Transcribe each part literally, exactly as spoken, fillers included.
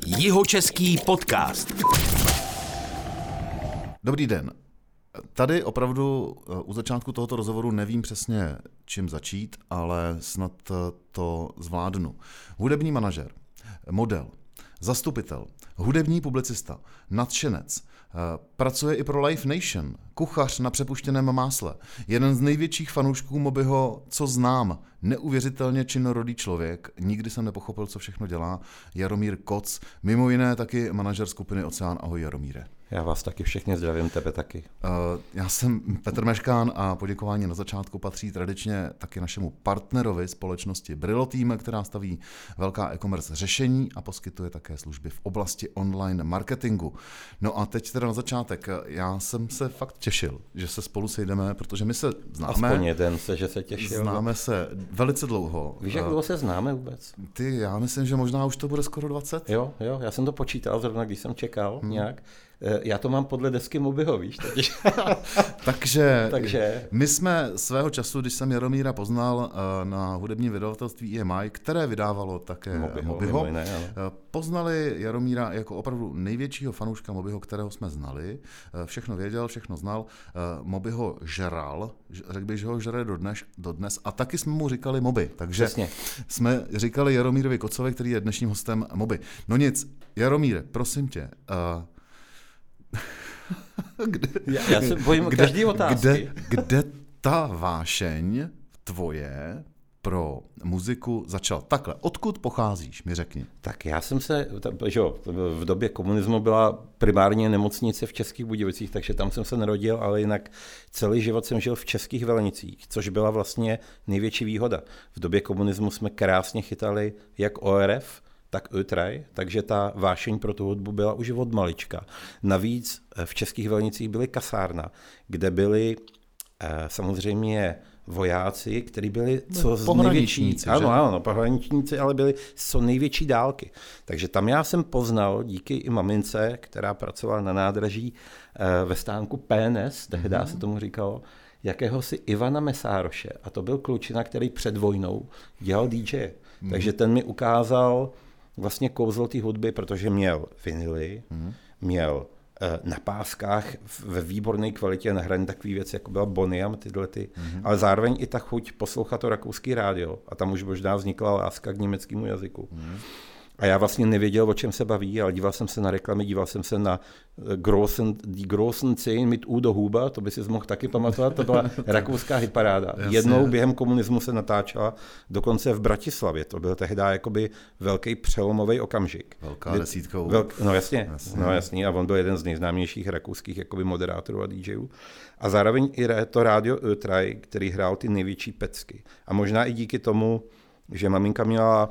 Jihočeský podcast. Dobrý den. Tady opravdu u začátku tohoto rozhovoru nevím přesně, čím začít, ale snad to zvládnu. Hudební manažer, model, zastupitel, hudební publicista, nadšenec, pracuje i pro Live Nation, kuchař na přepuštěném másle, jeden z největších fanoušků Mobyho, co znám, neuvěřitelně činorodý člověk, nikdy jsem nepochopil, co všechno dělá, Jaromír Koc, mimo jiné taky manažer skupiny Oceán. Ahoj Jaromíre. Já vás taky všechny zdravím, tebe taky. Uh, já jsem Petr Meškán a poděkování na začátku patří tradičně taky našemu partnerovi společnosti Brillo Team, která staví velká e-commerce řešení a poskytuje také služby v oblasti online marketingu. No a teď teda na začátek, já jsem se fakt těšil, že se spolu sejdeme, protože my se známe. Aspoň jeden se, že se těšil. Známe se velice dlouho. Víš, jak dlouho se známe vůbec? Ty, já myslím, že možná už to bude skoro dvacet. Jo, jo, já jsem to počítal zrovna, když jsem čekal hmm. nějak. Já to mám podle desky Mobyho, víš? Takže, Takže my jsme svého času, když jsem Jaromíra poznal na hudebním vydavatelství E M I, které vydávalo také Mobyho, Mobyho jiné, poznali Jaromíra jako opravdu největšího fanouška Mobyho, kterého jsme znali. Všechno věděl, všechno znal. Mobyho žral, řekl bych, že ho žere dodnes, dodnes a taky jsme mu říkali Moby. Takže Přesně. jsme říkali Jaromírovi Kocovi, který je dnešním hostem Moby. No nic, Jaromíre, prosím tě, uh, Kde, já, já se bojím kde, každý otázky. Kde, kde ta vášeň tvoje pro muziku začala? Takhle, odkud pocházíš, mi řekni. Tak já jsem se, že jo, v době komunismu byla primárně nemocnice v Českých Budějovicích, takže tam jsem se narodil, ale jinak celý život jsem žil v Českých Velenicích, což byla vlastně největší výhoda. V době komunismu jsme krásně chytali jak O R F, tak Ötraj, takže ta vášeň pro tu hudbu byla už od malička. Navíc v Českých Velenicích byly kasárna, kde byli eh, samozřejmě vojáci, kteří byli co z největší, ano, ano, pohraničníci, ale byli co největší dálky. Takže tam já jsem poznal díky i mamince, která pracovala na nádraží eh, ve stánku P N S, tehdy mm-hmm. se tomu říkalo, jakéhosi Ivana Mesároše. A to byl klučina, který před vojnou dělal D J. Mm-hmm. Takže ten mi ukázal vlastně kouzlo té hudby, protože měl vinily, mm. měl eh, na páskách ve výborné kvalitě nahrané takové věci, jako byla Bonham, tyhle ty, mm. ale zároveň i ta chuť poslouchat to rakouský rádio. A tam už možná vznikla láska k německému jazyku. Mm. A já vlastně nevěděl, o čem se baví, ale díval jsem se na reklamy, díval jsem se na Grossen, Die Grossen Zehn mit Udo Huber, to by si mohl taky pamatovat, to byla rakouská hitparáda. Jednou během komunismu se natáčela dokonce v Bratislavě, to byl tehdy jakoby velký přelomový okamžik. Velká desítkou. Velk, no jasně, jasně, no jasně, a on byl jeden z nejznámějších rakouských jakoby moderátorů a DJů. A zároveň i to rádio Ötraj, který hrál ty největší pecky. A možná i díky tomu, že maminka měla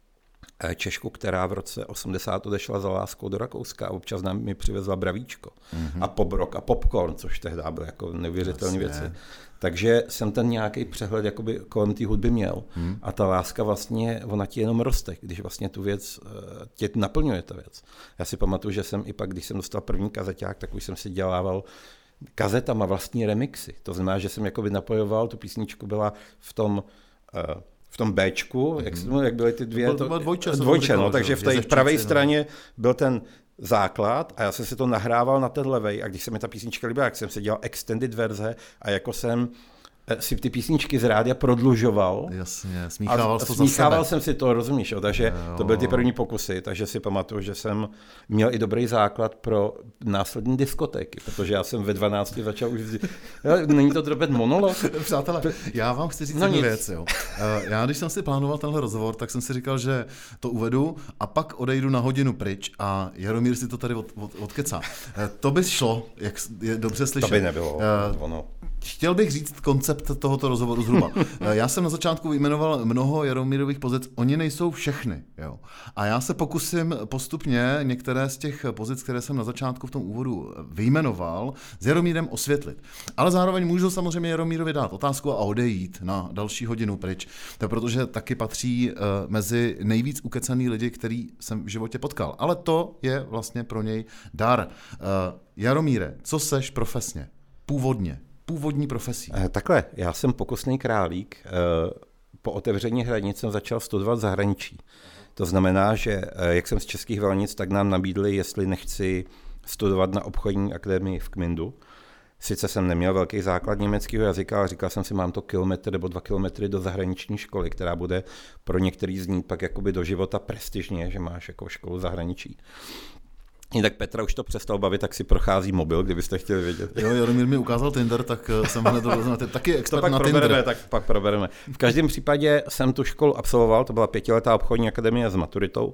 Češku, která v roce osmdesát odešla za láskou do Rakouska a občas nám mi přivezla bravíčko mm-hmm. a pobrok a popcorn, což tehdy bylo jako neuvěřitelné věci. Takže jsem ten nějaký přehled jakoby kolem té hudby měl. Mm. A ta láska vlastně, ona ti jenom roste, když vlastně tu věc, tě naplňuje ta věc. Já si pamatuju, že jsem i pak, když jsem dostal první kazeťák, tak už jsem si dělával kazetama vlastní remixy. To znamená, že jsem jakoby napojoval, tu písničku byla v tom uh, v tom Bčku, mm-hmm. jak, se, jak byly ty dvě... To bylo dvojče, dvojče říkal, no, takže v té pravé straně byl ten základ a já jsem si to nahrával na ten levej a když se mi ta písnička líbila, jak jsem si dělal extended verze a jako jsem si ty písničky z rádia prodlužoval. Jasně, smíchával, a smíchával jsem si to, rozumíš, jo? Takže jo. To byly ty první pokusy, takže si pamatuju, že jsem měl i dobrý základ pro následní diskotéky, protože já jsem ve dvanácti začal už... Není to drobet monolog? Přátelé, já vám chci říct no jednu věc. Jo. Já, když jsem si plánoval tenhle rozhovor, tak jsem si říkal, že to uvedu a pak odejdu na hodinu pryč a Jaromír si to tady od, od, odkecá. To by šlo, jak je dobře slyšet. To by nebylo uh, ono. Chtěl bych říct koncept tohoto rozhovoru zhruba. Já jsem na začátku vyjmenoval mnoho Jaromírových pozic, oni nejsou všechny. Jo. A já se pokusím postupně některé z těch pozic, které jsem na začátku v tom úvodu vyjmenoval, s Jaromírem osvětlit. Ale zároveň můžu samozřejmě Jaromírovi dát otázku a odejít na další hodinu pryč. To je protože taky patří mezi nejvíc ukecaný lidi, který jsem v životě potkal. Ale to je vlastně pro něj dar. Jaromíre, co seš profesně? Původně? Původní profesí. Takhle, já jsem pokusný králík. po otevření hranic jsem začal studovat v zahraničí. To znamená, že jak jsem z českých Velenic, tak nám nabídli, jestli nechci studovat na obchodní akademii v Kmindu. Sice jsem neměl velký základ německého jazyka, ale říkal jsem si, mám to kilometr nebo dva kilometry do zahraniční školy, která bude pro některý z ní pak jakoby do života prestižně, že máš jako školu v zahraničí. I tak Petra už to přestal bavit, tak si prochází mobil, kdybyste chtěli vědět. Jo, Jaromír mi ukázal Tinder, tak jsem hned to doznal. Taky expert to na probereme, Tinder. Tak pak probereme. V každém případě jsem tu školu absolvoval, to byla pětiletá obchodní akademie s maturitou.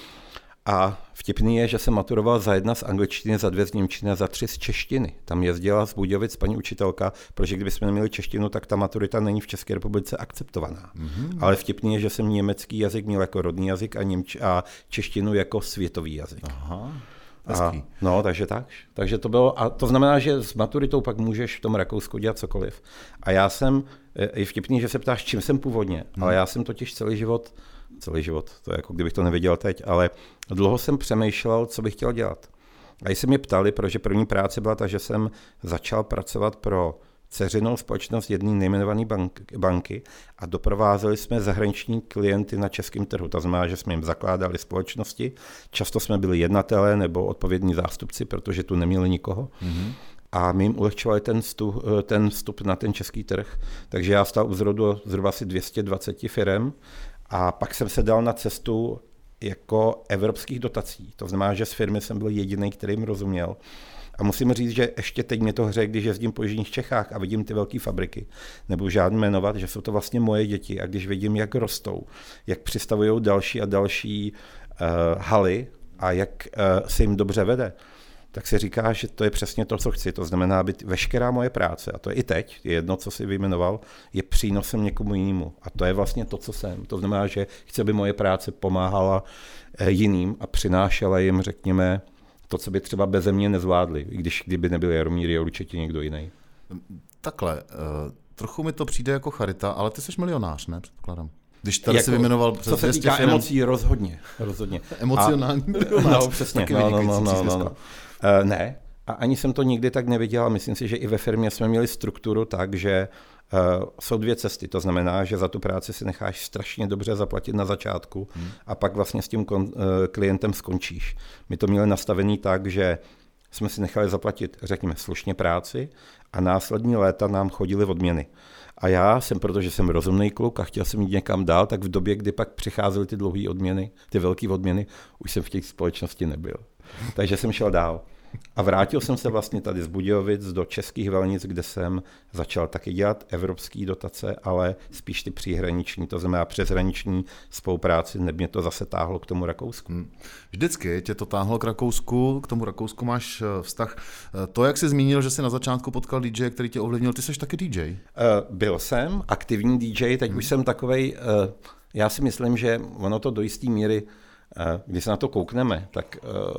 A vtipný je, že jsem maturoval za jedna z angličtiny, za dvě z němčiny a za tři z češtiny. Tam jezdila z Budějovic paní učitelka, protože kdybychom neměli češtinu, tak ta maturita není v České republice akceptovaná. Mm-hmm. Ale vtipný je, že jsem německý jazyk měl jako rodný jazyk a, němč- a češtinu jako světový jazyk. Aha. A, no, takže tak. Takže to bylo, a to znamená, že s maturitou pak můžeš v tom Rakousku dělat cokoliv. A já jsem, je vtipný, že se ptáš, čím jsem původně, hmm. ale já jsem totiž celý život, celý život, to je jako kdybych to nevěděl teď, ale dlouho jsem přemýšlel, co bych chtěl dělat. A když se mě ptali, protože první práce byla ta, že jsem začal pracovat pro dceřinou společnost jedné nejmenované banky a doprovázeli jsme zahraniční klienty na českém trhu. To znamená, že jsme jim zakládali společnosti, často jsme byli jednatelé nebo odpovědní zástupci, protože tu neměli nikoho. Mm-hmm. A my jim ulehčovali ten vstup, ten vstup na ten český trh. Takže já stál u zrodu zhruba asi dvě stě dvacet firem a pak jsem se dal na cestu jako evropských dotací. To znamená, že z firmy jsem byl jediný, který jim rozuměl. A musím říct, že ještě teď mě to hře, když jezdím po jižních Čechách a vidím ty velké fabriky, nebudu žádný jmenovat, že jsou to vlastně moje děti a když vidím, jak rostou, jak přistavují další a další uh, haly a jak uh, se jim dobře vede, tak si říká, že to je přesně to, co chci. To znamená, aby veškerá moje práce, a to je i teď, je jedno, co si vyjmenoval, je přínosem někomu jinému. A to je vlastně to, co jsem. To znamená, že chci, aby moje práce pomáhala uh, jiným a přinášela jim, řekněme, to, co by třeba beze mě nezvládli, i když kdyby nebyl Jaromír, je určitě někdo jiný. Takhle, uh, trochu mi to přijde jako charita, ale ty jsi milionář, ne? Předpokládám. Když tady jako, si vyjmenoval přes co se týká firm... emocí, rozhodně. rozhodně. Emocionální milionář. No, přesně. No, no, no, no, no, no. Uh, ne, a ani jsem to nikdy tak neviděl. Myslím si, že i ve firmě jsme měli strukturu tak, že Uh, jsou dvě cesty, to znamená, že za tu práci si necháš strašně dobře zaplatit na začátku hmm. a pak vlastně s tím kon, uh, klientem skončíš. My to měli nastavený tak, že jsme si nechali zaplatit, řekněme, slušně práci a následní léta nám chodily odměny. A já jsem, protože jsem rozumný kluk a chtěl jsem jít někam dál, tak v době, kdy pak přicházely ty dlouhé odměny, ty velké odměny, už jsem v těch společnosti nebyl. Takže jsem šel dál. A vrátil jsem se vlastně tady z Budějovic do českých Velenic, kde jsem začal taky dělat evropské dotace, ale spíš ty příhraniční, to znamená přeshraniční spolupráci, nebo mě to zase táhlo k tomu Rakousku. Hmm. Vždycky tě to táhlo k Rakousku, k tomu Rakousku máš vztah. To, jak jsi zmínil, že jsi na začátku potkal D J, který tě ovlivnil, ty jsi taky D J? Uh, byl jsem aktivní D J, teď hmm. už jsem takovej, uh, já si myslím, že ono to do jisté míry, když se na to koukneme, tak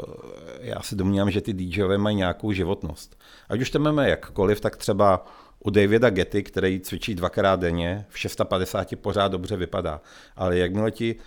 já si domnívám, že ty DJové mají nějakou životnost. Ať už to máme jakkoliv, tak třeba u Davida Getty, který cvičí dvakrát denně, v padesáti šesti pořád dobře vypadá. Ale jakmile ti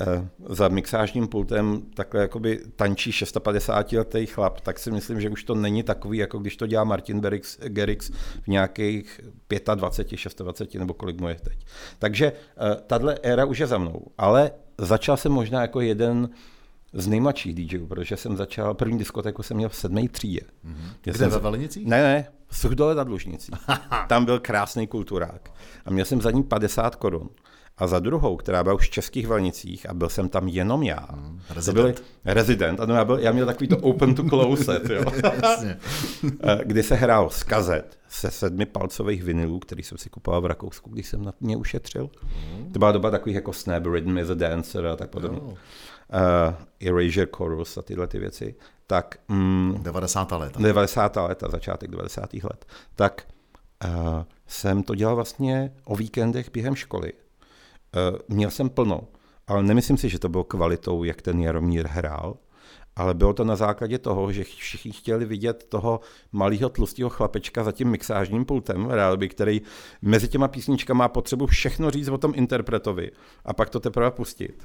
za mixážním pultem takhle jakoby tančí padesátišestiletý chlap, tak si myslím, že už to není takový, jako když to dělá Martin Garrix v nějakých dvaceti pěti, dvaceti šesti nebo kolik mu je teď. Takže tahle éra už je za mnou. Ale začal jsem možná jako jeden z nejmladších DJů, protože jsem začal, první diskotéku jsem měl v sedmé třídě. Mm-hmm. Kde jsem, ve Valenicích? Ne, ne, v Suchdole nad Lužnicí. Tam byl krásný kulturák. A měl jsem za ní padesát korun. A za druhou, která byla už v českých Valenicích a byl jsem tam jenom já. Mm, rezident. Rezident. Ano, já, byl, já měl takový to open to closet, jo. Kdy se hrál z kazet se sedmi palcových vinylů, který jsem si kupoval v Rakousku, když jsem na mě ušetřil. Mm. To byla doba takových jako Snap, Rhythm is a Dancer a tak podobně. Oh. Uh, Erasure Chorus a tyhle ty věci. Tak, mm, devadesátá léta. devadesátá léta, začátek devadesátých let. Tak uh, jsem to dělal vlastně o víkendech během školy. Uh, měl jsem plno, ale nemyslím si, že to bylo kvalitou, jak ten Jaromír hrál, ale bylo to na základě toho, že všichni chtěli vidět toho malého tlustého chlapečka za tím mixážním pultem, realby, který mezi těma písničkama má potřebu všechno říct o tom interpretovi a pak to teprve pustit.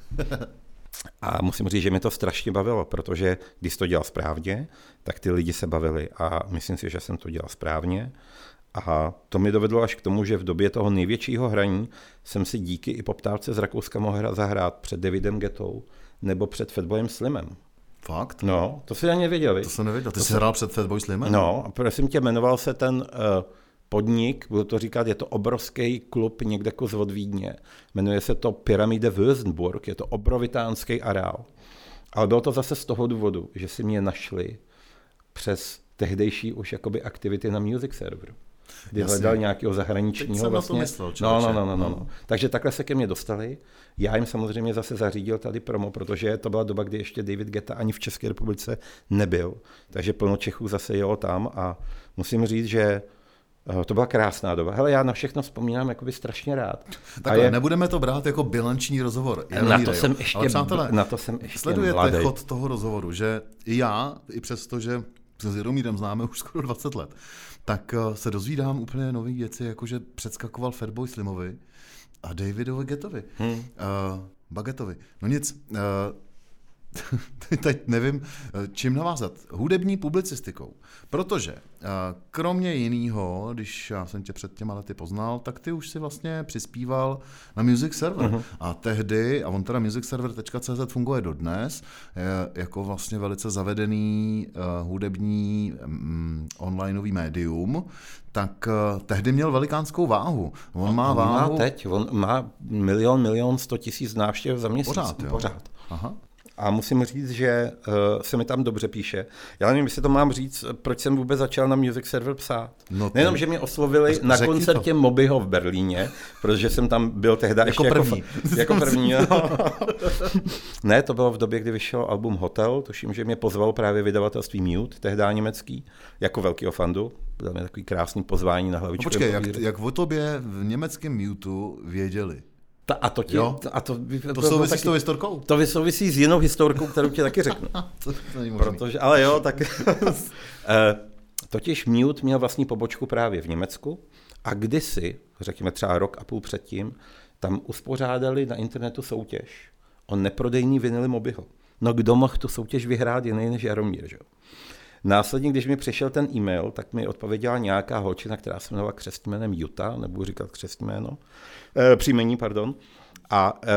A musím říct, že mě to strašně bavilo, protože když to dělal správně, tak ty lidi se bavili a myslím si, že jsem to dělal správně. A to mi dovedlo až k tomu, že v době toho největšího hraní jsem si díky i poptávce z Rakouska mohl zahrát před Davidem Gettou nebo před Fatboyem Slimem. Fakt? No, to si ani nevěděl, víš? To jsem nevěděl. Ty to jsi hrál před Fatboy Slimem? No, a prosím tě, jmenoval se ten uh, podnik, budu to říkat, je to obrovský klub někde kus od Vídně. Jmenuje se to Pyramide Würzenburg, je to obrovitánský areál. Ale bylo to zase z toho důvodu, že si mě našli přes tehdejší už jakoby aktivity na music serveru. Kdy Jasně. hledal nějakého zahraničního vlastně. Myslel, no, no, no, no, no, no. Takže takhle se ke mně dostali. Já jim samozřejmě zase zařídil tady promo, protože to byla doba, kdy ještě David Guetta ani v České republice nebyl. Takže plno Čechů zase jelo tam a musím říct, že to byla krásná doba. Hele, já na všechno vzpomínám jakoby strašně rád. Takhle, je... nebudeme to brát jako bilanční rozhovor. Na to, jsem ještě, ale přátelé, na to jsem ještě sledujete mladý. chod toho rozhovoru, že i já, i přesto, že s Jaromírem známe už skoro dvacet let, tak se dozvídám úplně nové věci, jakože předskakoval Fatboy Slimovi a Davidovi Gettovi. Hmm. Uh, Bagetovi. No nic, uh, teď nevím, čím navázat. Hudební publicistikou. Protože kromě jiného, když já jsem tě před těma lety poznal, tak ty už si vlastně přispíval na Music Server. Uh-huh. A tehdy, a on teda music server tečka cé zet funguje dodnes, jako vlastně velice zavedený uh, hudební um, onlineový médium, tak uh, tehdy měl velikánskou váhu. On, on má on váhu... Má teď, on má milion, milion, sto tisíc návštěv za měsíc. Pořád, jo. Pořád. Aha. A musím říct, že uh, se mi tam dobře píše. Já nevím, jestli to mám říct, proč jsem vůbec začal na Music Server psát. No to... Nejenom, že mě oslovili na koncertě to. Mobyho v Berlíně, protože jsem tam byl tehdy jako ještě první. jako, jako první. Ne, to bylo v době, kdy vyšel album Hotel, tuším, že mě pozval právě vydavatelství Mute, tehdy německý, jako velkýho fandu. Bylo mi takový krásný pozvání na hlavičku. No počkej, jak, jak o tobě v německém Muteu věděli? Ta, a to, ti, a to, to, to souvisí taky, s tou historkou? To souvisí s jinou historkou, kterou ti taky řeknu. to, to není Protože, ale jo, tak... Totiž Mute měl vlastní pobočku právě v Německu a kdysi, řekněme třeba rok a půl předtím, tam uspořádali na internetu soutěž o neprodejný vinily Mobyho. No kdo mohl tu soutěž vyhrát jiný než Jaromír, že jo? Následně, když mi přišel ten e-mail, tak mi odpověděla nějaká holčina, která se jmenovala křestním jménem Jutta, nebudu říkat křestní jméno, e, příjmení, pardon. A e,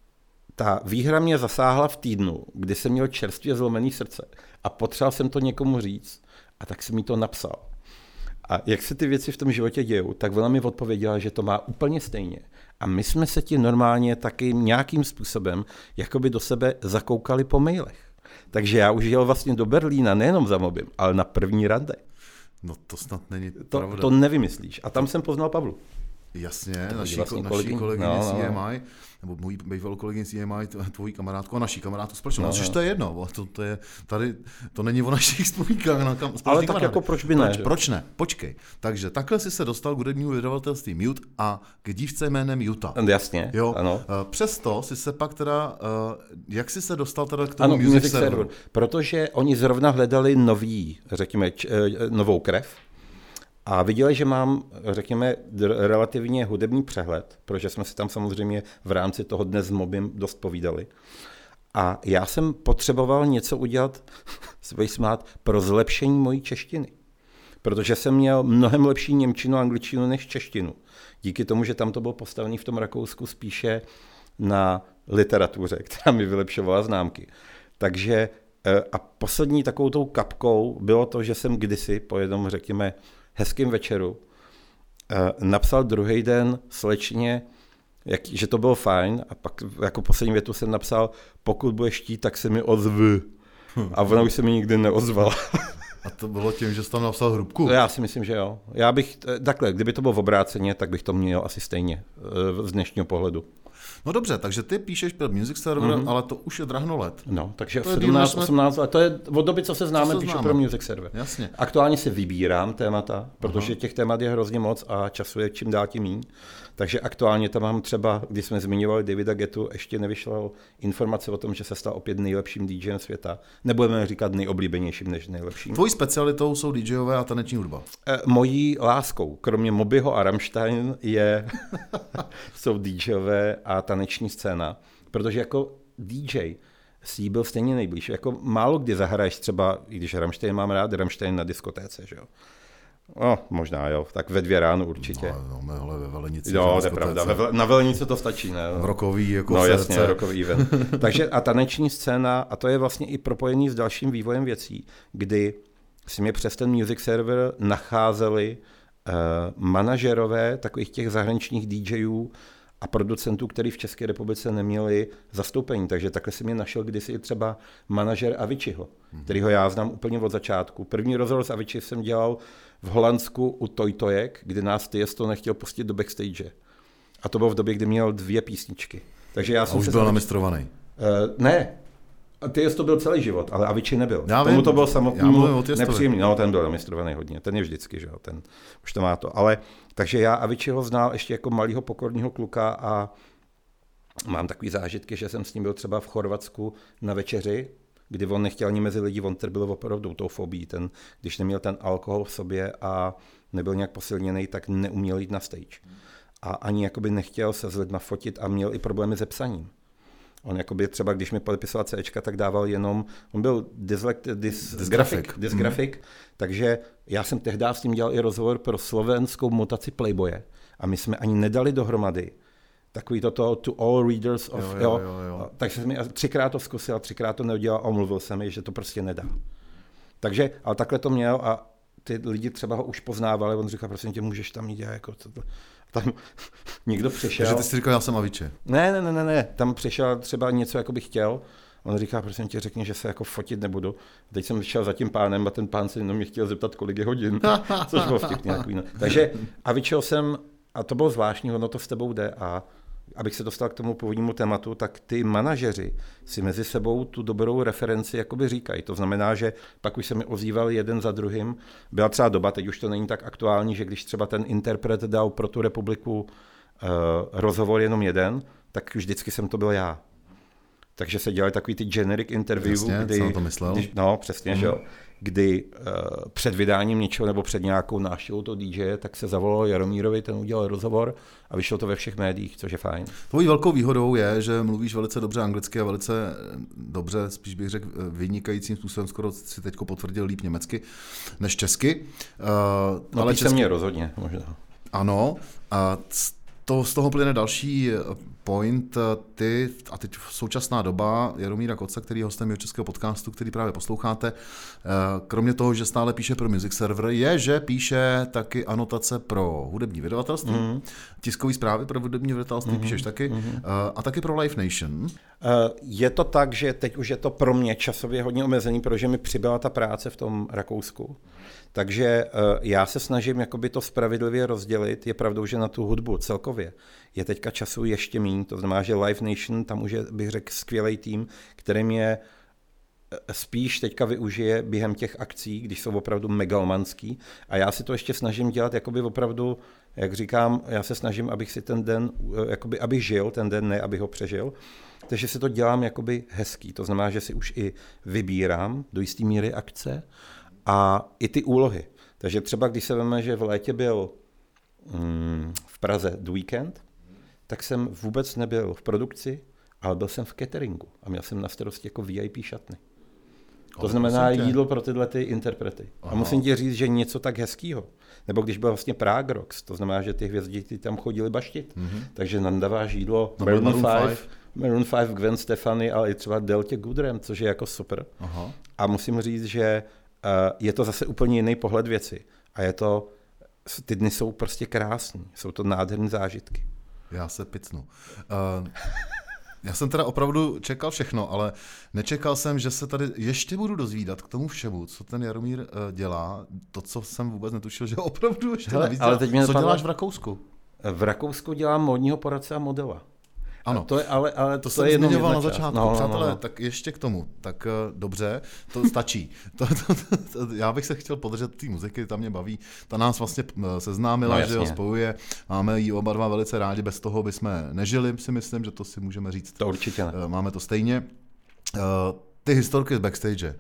ta výhra mě zasáhla v týdnu, kdy jsem měl čerstvě zlomený srdce a potřeboval jsem to někomu říct a tak jsem jí to napsal. A jak se ty věci v tom životě dějou, tak ona mi odpověděla, že to má úplně stejně. A my jsme se ti normálně taky nějakým způsobem jakoby do sebe zakoukali po mailech. Takže já už jel vlastně do Berlína nejenom za Mobym, ale na první rande. No to snad není to, pravda. To nevymyslíš. A tam jsem poznal Pavlu. Jasně, naší, vlastně naší kolegyně, kolegyně no, no. C M I, nebo můj bývalou kolegyně C M I, tvojí kamarádku a naší kamarádku společnou. No, no. To je jedno, to, to, je, tady, to není o našich vzpomínkách. Na kam, ale tak jako proč by ne? Proč, proč ne? Počkej. Takže takhle jsi se dostal k hudebnímu vydavatelství Mute a k dívce jménem Jutta. Jasně, jo? Ano. Přesto jsi se pak teda, jak jsi se dostal teda k tomu ano, Music, music serveru? server? Protože oni zrovna hledali nový, řekněme, č, novou krev. A viděli, že mám, řekněme, relativně hudební přehled, protože jsme si tam samozřejmě v rámci toho dnes s Mobym dost povídali. A já jsem potřeboval něco udělat, se budeš smát, pro zlepšení mojí češtiny. Protože jsem měl mnohem lepší němčinu a angličtinu než češtinu. Díky tomu, že tam to bylo postavené v tom Rakousku spíše na literatuře, která mi vylepšovala známky. Takže a poslední takovou tou kapkou bylo to, že jsem kdysi po jednom, řekněme, hezkým večeru napsal druhý den slečně, jak, že to bylo fajn a pak jako poslední větu jsem napsal, pokud budeš chtít, tak se mi ozvi. A ona už se mi nikdy neozvala. A to bylo tím, že jsi tam napsal hrubku? Já si myslím, že jo. Já bych, takhle, kdyby to bylo v obráceně, tak bych to měl asi stejně z dnešního pohledu. No dobře, takže ty píšeš pro Music Server, mm-hmm. ale to už je drahno let. No, takže sedmnáct, osmnáct let, to je od doby, co se známe, co se píšu známe. pro Music Server. Jasně. Aktuálně si vybírám témata, protože Aha. těch témat je hrozně moc a času je čím dál tím míň. Takže aktuálně tam mám třeba, když jsme zmiňovali Davida Gettu, ještě nevyšla informace o tom, že se stal opět nejlepším DJem světa. Nebudeme říkat nejoblíbenějším než nejlepším. Tvojí specialitou jsou DJové a taneční hudba. E, mojí láskou, kromě Mobyho a Rammstein, je, jsou DJové a taneční scéna. Protože jako D J si jí byl stejně nejblíž. Jako málo kdy zahraješ třeba, i když Rammstein mám rád, Rammstein na diskotéce, že jo. No, možná jo, tak ve dvě ráno určitě. No, no hele, ve Velenici. Jo, to je pravda, ve, na Velenici to stačí, ne? Rokový jako no, srdce. Jasně, rokový event. Takže a taneční scéna, a to je vlastně i propojený s dalším vývojem věcí, kdy si mě přes ten music server nacházeli uh, manažerové takových těch zahraničních DJů a producentů, který v České republice neměli zastoupení. Takže takhle si mě našel kdysi třeba manažer Aviciiho, hmm. kterýho já znám úplně od začátku. První rozhovor s Avicii jsem dělal v Holandsku u Toytojek, kdy nás Tiesto nechtěl pustit do backstage. A to bylo v době, kdy měl dvě písničky. Takže já a jsem už se byl Avicii... namistrovaný. Uh, ne. Tiesto byl celý život, ale Avicii nebyl. Já Tomu vím, to byl samotnému nepříjemný. No, ten byl namistrovaný hodně, ten je vždycky, že jo, ten už to má to. Ale, takže já Aviciiho znal ještě jako malýho pokorního kluka a mám takový zážitky, že jsem s ním byl třeba v Chorvatsku na večeři, kdy on nechtěl ani mezi lidi, on byl opravdu tou fobií, ten, když neměl ten alkohol v sobě a nebyl nějak posilněný, tak neuměl jít na stage. A ani jakoby nechtěl se s lidma fotit a měl i problémy se psaním. On jakoby třeba, když mi podepisoval CEčka, tak dával jenom, on byl dyslekt, dys, dysgrafik, dysgrafik mm. takže já jsem tehdy s tím dělal i rozhovor pro slovenskou mutaci Playboye a my jsme ani nedali dohromady takový toto to all readers of, jo, jo, jo, jo. Takže jsem třikrát to zkusil, třikrát to neudělal a omluvil jsem mi, že to prostě nedá. Takže, ale takhle to měl a ty lidi třeba ho už poznávali, on říká, prosím tě, můžeš tam jít, jako to, to. Tam někdo přišel. Takže ty jsi říkal, já jsem Avicii. Ne, ne, ne, ne, ne, tam přišel třeba něco, jako bych chtěl. On říká, prosím tě, řekni, že se jako fotit nebudu. Teď jsem šel za tím pánem a ten pán se mě chtěl zeptat, kolik je hodin, což bylo vtipný. No. Takže Avicii jsem, a to bylo zvláštní, ono to s tebou jde a abych se dostal k tomu původnímu tématu, tak ty manažeři si mezi sebou tu dobrou referenci jakoby říkají. To znamená, že pak už se mi ozýval jeden za druhým. Byla třeba doba, teď už to není tak aktuální, že když třeba ten interpret dal pro tu republiku uh, rozhovor jenom jeden, tak už vždycky jsem to byl já. Takže se dělali takový ty generic interview, Jasně, kdy, jsem to myslel. Když, no, přesně, mm. že jo. Kdy uh, před vydáním něčeho nebo před nějakou návštěvou toho dý džeje, tak se zavolalo Jaromírovi, ten udělal rozhovor a vyšlo to ve všech médiích, což je fajn. Tvojí velkou výhodou je, že mluvíš velice dobře anglicky a velice dobře, spíš bych řekl, vynikajícím způsobem, skoro si teďko potvrdil líp německy než česky. Uh, no ale písemně česky... rozhodně, možná. Ano, a to z toho plyne další point. Ty, a teď současná doba, Jaromíra Koca, který je hostem českého podcastu, který právě posloucháte, kromě toho, že stále píše pro Music Server, je, že píše taky anotace pro hudební vydavatelství, mm. tiskový zprávy pro hudební vydavatelství mm. píšeš taky, mm. a taky pro Live Nation. Je to tak, že teď už je to pro mě časově hodně omezený, protože mi přibyla ta práce v tom Rakousku. Takže já se snažím jakoby to spravedlivě rozdělit. Je pravdou, že na tu hudbu celkově je teďka času ještě míň. To znamená, že Live Nation, tam už je, bych řekl, skvělý tým, který mě spíš teďka využije během těch akcí, když jsou opravdu megalomanský. A já si to ještě snažím dělat jakoby opravdu, jak říkám, já se snažím, abych si ten den, jakoby, abych žil ten den, ne abych ho přežil. Takže si to dělám jakoby hezký. To znamená, že si už i vybírám do jistý míry akce a i ty úlohy. Takže třeba když se veme, že v létě byl mm, v Praze The Weekend, tak jsem vůbec nebyl v produkci, ale byl jsem v cateringu a měl jsem na starosti jako V I P šatny. To ale znamená jídlo pro tyhle ty interprety. Aha. A musím ti říct, že něco tak hezkýho. Nebo když byl vlastně Prague Rocks, to znamená, že ty hvězdy ty tam chodili baštit. Mm-hmm. Takže nandáváš jídlo no, Maroon five, Maroon five, Gwen Stefani, ale i třeba Deltě Goodrem, což je jako super. Aha. A musím říct, že uh, je to zase úplně jiný pohled věci. A je to, ty dny jsou prostě krásný. Jsou to nádherné zážitky. Já se picnu. Uh... Já jsem teda opravdu čekal všechno, ale nečekal jsem, že se tady ještě budu dozvídat k tomu všemu, co ten Jaromír uh, dělá, to, co jsem vůbec netušil, že opravdu ještě Hele, navíc ale teď dělá. Co napadla... děláš v Rakousku? V Rakousku dělám módního poradce a modela. Ano, to je, ale, ale to, to jsem zmiňoval na začátku. No, Přátelé, no, no. tak ještě k tomu. Tak uh, dobře, to stačí. to, to, to, to, já bych se chtěl podržet té muziky, ta mě baví. Ta nás vlastně seznámila, no, že ho spojuje. Máme ji oba dva velice rádi, bez toho bychom nežili, si myslím, že to si můžeme říct. To určitě ne. Uh, máme to stejně. Uh, ty historky z backstage.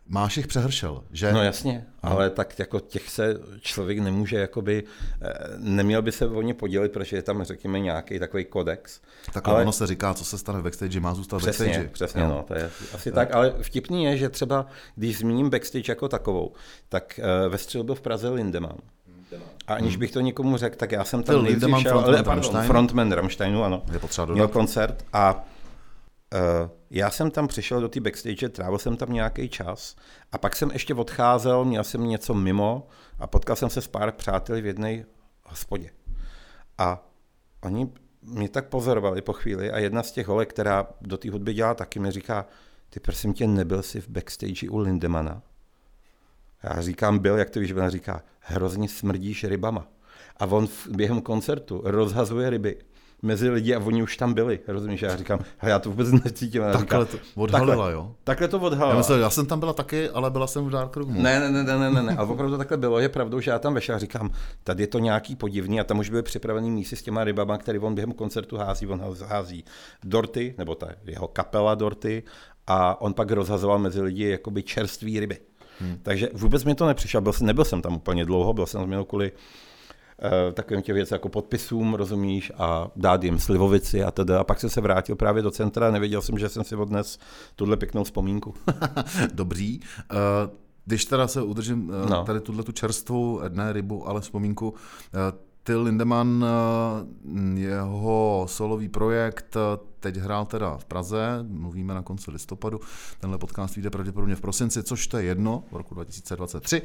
Máš jich přehršel, že? No jasně, no. Ale tak jako těch se člověk nemůže, jakoby, neměl by se o ně podělit, protože je tam, řekněme, nějaký takový kodex. Tak ale ono se říká, co se stane v backstage, má zůstat v přesně, backstage. Přesně, no, to je asi tak, ale vtipný je, že třeba, když zmíním backstage jako takovou, tak ve středu byl v Praze Lindemann. A aniž bych to někomu řekl, tak já jsem tam nejdřív šel, frontman, pardon, frontman Rammsteinu, ano, je potřeba dodat. Měl koncert a Uh, já jsem tam přišel do té backstage, trávil jsem tam nějaký čas a pak jsem ještě odcházel, měl jsem něco mimo a potkal jsem se s pár přáteli v jedné hospodě. A oni mě tak pozorovali po chvíli a jedna z těch holek, která do té hudby dělá taky, mi říká, ty prosím tě, nebyl jsi v backstage u Lindemana? Já říkám, byl, jak to víš, ona říká, hrozně smrdíš rybama. A on během koncertu rozhazuje ryby mezi lidi a oni už tam byli, rozumíš? Já říkám, já to vůbec necítím. Takhle to odhalila, takhle, jo? Takhle to odhalila. Já myslím, já jsem tam byla taky, ale byla jsem v Dark Roomu. Ne, ne, ne, ne, ne, ne, ale opravdu takhle bylo. Je pravdou, že já tam vešel a říkám, tady je to nějaký podivný a tam už byly připravený mísy s těma rybama, který on během koncertu hází. On hází dorty, nebo ta jeho kapela dorty a on pak rozhazoval mezi lidi jakoby čerstvý ryby. Hmm. Takže vůbec mi to nepřišel. Byl, nebyl jsem tam úplně dlouho, byl jsem tam jenom kvůli takovým těch věcí jako podpisům, rozumíš, a dát jim slivovici a teda. A pak jsem se vrátil právě do centra a nevěděl jsem, že jsem si odnes tuhle pěknou vzpomínku. Dobrý. Když teda se udržím no. tady tuhle tu čerstvou, ne rybu, ale vzpomínku, Till Lindemann, jeho solový projekt, teď hrál teda v Praze, mluvíme na konci listopadu, tenhle podcast vyjde pravděpodobně v prosinci, což to je jedno, v roku dva tisíce dvacet tři.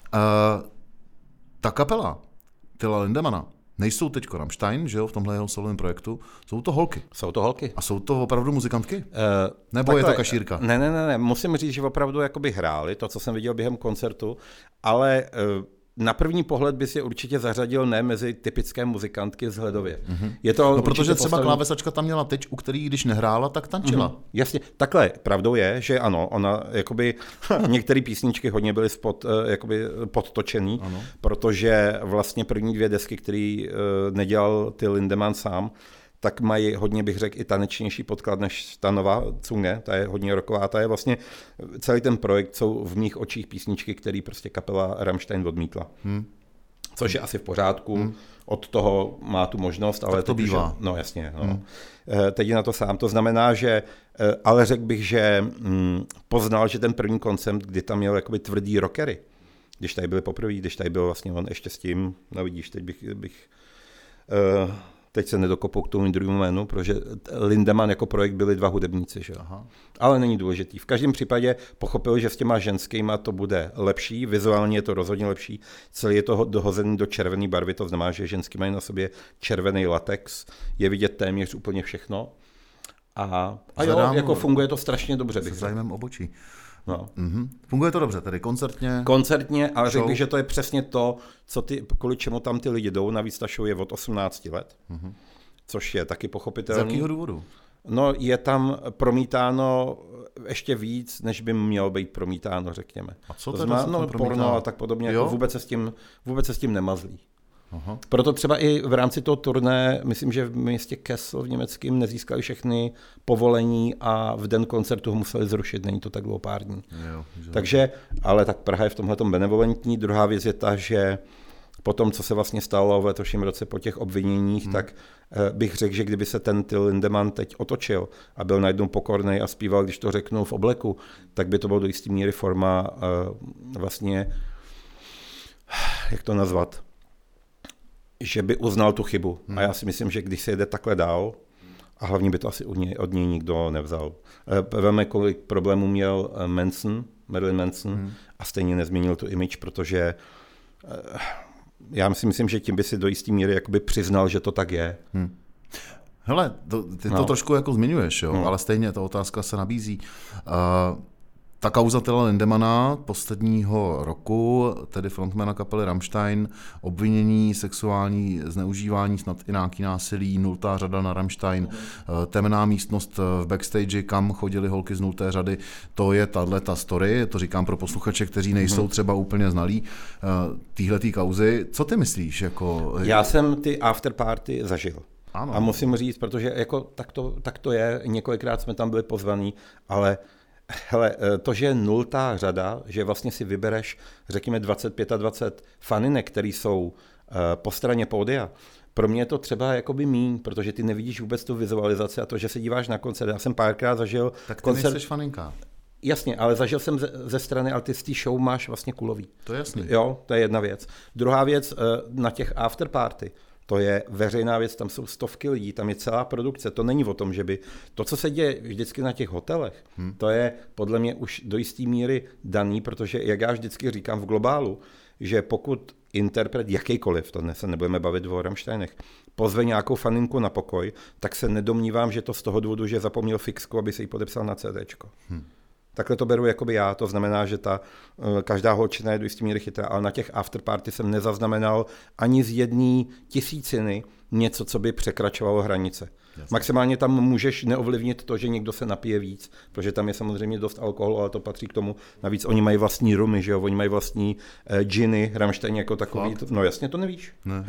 Ta kapela Tilla Lindemana nejsou teďko Rammstein, že jo, v tomhle jeho solovém projektu, jsou to holky. Jsou to holky. A jsou to opravdu muzikantky? Uh, Nebo takhle, je to kašírka? Ne, ne, ne, ne, musím říct, že opravdu jakoby hráli, to, co jsem viděl během koncertu, ale uh, na první pohled bys je určitě zařadil ne mezi typické muzikantky z Hledově. Mm-hmm. Je to no, protože třeba postavení... klávesačka tam měla teď, u který když nehrála, tak tančila. Mm-hmm. Jasně, takhle, pravdou je, že ano, ona jakoby, některé písničky hodně byly spod, jakoby podtočený, ano. Protože vlastně první dvě desky, který nedělal Till Lindemann sám, tak mají hodně, bych řekl, i tanečnější podklad než ta nová Zunge, ta je hodně rocková, ta je vlastně, celý ten projekt jsou v mých očích písničky, který prostě kapela Rammstein odmítla. Hmm. Což je asi v pořádku, hmm. od toho má tu možnost, ale tak to bývá. Už, no jasně, no. Hmm. Teď je na to sám, to znamená, že, ale řekl bych, že hm, poznal, že ten první koncept, kdy tam měl jakoby tvrdý rockery, když tady byli poprvé, když tady byl vlastně on ještě s tím, no vidíš, teď bych, bych uh, teď se nedokopou k tomu druhému jménu, protože Lindemann jako projekt byli dva hudebníci, že? Aha. Ale není důležitý. V každém případě pochopil, že s těma ženskýma to bude lepší, vizuálně je to rozhodně lepší, celý je to dohozený do červené barvy, to znamená, že ženský mají na sobě červený latex, je vidět téměř úplně všechno. A, a jo, jako funguje to strašně dobře. Se zájmem obočí. No. Mm-hmm. Funguje to dobře, tedy koncertně? Koncertně, ale řekl bych, že to je přesně to, co ty, kvůli čemu tam ty lidi jdou. Navíc ta show je od osmnácti let, mm-hmm. což je taky pochopitelné. Z jakého důvodu? No, je tam promítáno ještě víc, než by mělo být promítáno, řekněme. A co to teda znamená, no, porno a tak podobně, jako vůbec se s tím, vůbec se s tím nemazlí. Aha. Proto třeba i v rámci toho turné, myslím, že v městě Kessel v německém nezískali všechny povolení a v den koncertu ho museli zrušit, není to tak dlouho pár dní. Jo, Takže, ale tak Praha je v tomhletom benevolentní. Druhá věc je ta, že po tom, co se vlastně stalo v letošním roce po těch obviněních, hmm. tak bych řekl, že kdyby se ten Till Lindemann teď otočil a byl najednou pokornej a zpíval, když to řeknu, v obleku, tak by to bylo do jistý míry forma vlastně, jak to nazvat, že by uznal tu chybu. Hmm. A já si myslím, že když se jede takhle dál, a hlavně by to asi od něj, od něj nikdo nevzal. Veme, kolik problémů měl Manson, Marilyn Manson, hmm. a stejně nezměnil tu image, protože já si myslím, že tím by si do jistý míry jakoby přiznal, že to tak je. Hmm. Hele, to, ty no. to trošku jako zmiňuješ, jo? No. Ale stejně ta otázka se nabízí. Uh, Ta kauza Tilla Lindemana posledního roku, tedy frontmana kapely Rammstein, obvinění, sexuální zneužívání, snad i nějaký násilí, nultá řada na Rammstein, temná místnost v backstage, kam chodily holky z nulté řady, to je tato story, to říkám pro posluchače, kteří nejsou třeba úplně znalí téhletý kauzy. Co ty myslíš? Jako... Já jsem ty afterparty zažil. Ano. A musím říct, protože jako tak to, tak to je, několikrát jsme tam byli pozvaní, ale Hele, to, že je nultá řada, že vlastně si vybereš, řekněme, dvacet pět a dvacet faninek, které jsou po straně pódia, pro mě je to třeba jakoby míň, protože ty nevidíš vůbec tu vizualizaci a to, že se díváš na koncert. Já jsem párkrát zažil tak ty koncert... nejseš faninka. Jasně, ale zažil jsem ze, ze strany, ale ty z té show máš vlastně kulový. To je jasný. Jo, to je jedna věc. Druhá věc, na těch afterparty, to je veřejná věc, tam jsou stovky lidí, tam je celá produkce. To není o tom, že by... To, co se děje vždycky na těch hotelech, hmm. to je podle mě už do jisté míry daný, protože, jak já vždycky říkám v globálu, že pokud interpret jakýkoliv, to dnes se nebudeme bavit o Rammsteinech, pozve nějakou faninku na pokoj, tak se nedomnívám, že to z toho důvodu, že zapomněl fixku, aby se jí podepsal na CDčko. Hmm. Takhle to beru jakoby já, to znamená, že ta každá holčina je do jistý míry chytrá, ale na těch afterparty jsem nezaznamenal ani z jedné tisíciny něco, co by překračovalo hranice. Jasně. Maximálně tam můžeš neovlivnit to, že někdo se napije víc, protože tam je samozřejmě dost alkoholu, ale to patří k tomu. Navíc oni mají vlastní rumy, že jo, oni mají vlastní uh, džiny, Rammstein jako takový. Fakt? No jasně, to nevíš. Ne.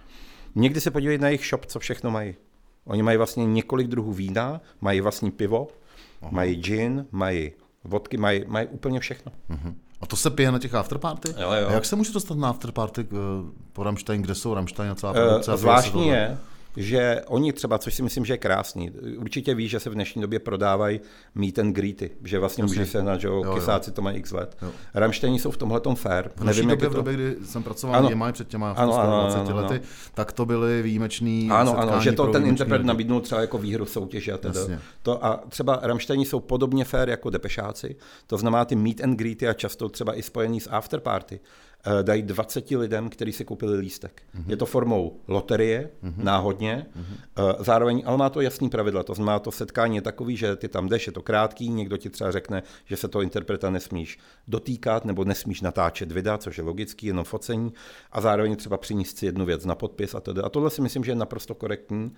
Někdy se podívej na jejich shop, co všechno mají. Oni mají vlastně několik druhů vína, mají vlastní pivo, aha, mají gin, mají vodky, mají, mají úplně všechno. Uh-huh. A to se pije na těch afterparty? Jo, jo. A jak se může dostat na afterparty po Rammstein, kde jsou Rammstein a celá produkce? Uh, zvláštní je, že oni třeba, což si myslím, že je krásný, určitě ví, že se v dnešní době prodávají meet and greety, že vlastně můžeš sehnat, že jo, kysáci to mají x let. Jo. Rammsteini jsou v tomhletom fair. V naší době, to... v době, kdy jsem pracoval v Jemaj před těma ano, ano, dvaceti ano, lety, ano. tak to byly výjimečný ano, ano, že to ten interpret nabídnul třeba jako výhru soutěže a teda. To a třeba Rammsteini jsou podobně fair jako depešáci, to znamená ty meet and greety a často třeba i spojený s afterparty. Dají dvaceti lidem, kteří si koupili lístek. Mm-hmm. Je to formou loterie, mm-hmm. náhodně, mm-hmm. zároveň, ale má to jasný pravidla. To znamená, to setkání je takový, že ty tam jdeš, je to krátký, někdo ti třeba řekne, že se toho interpreta nesmíš dotýkat nebo nesmíš natáčet videa, což je logický, jenom focení, a zároveň třeba přinést si jednu věc na podpis a teda. A tohle si myslím, že je naprosto korektní.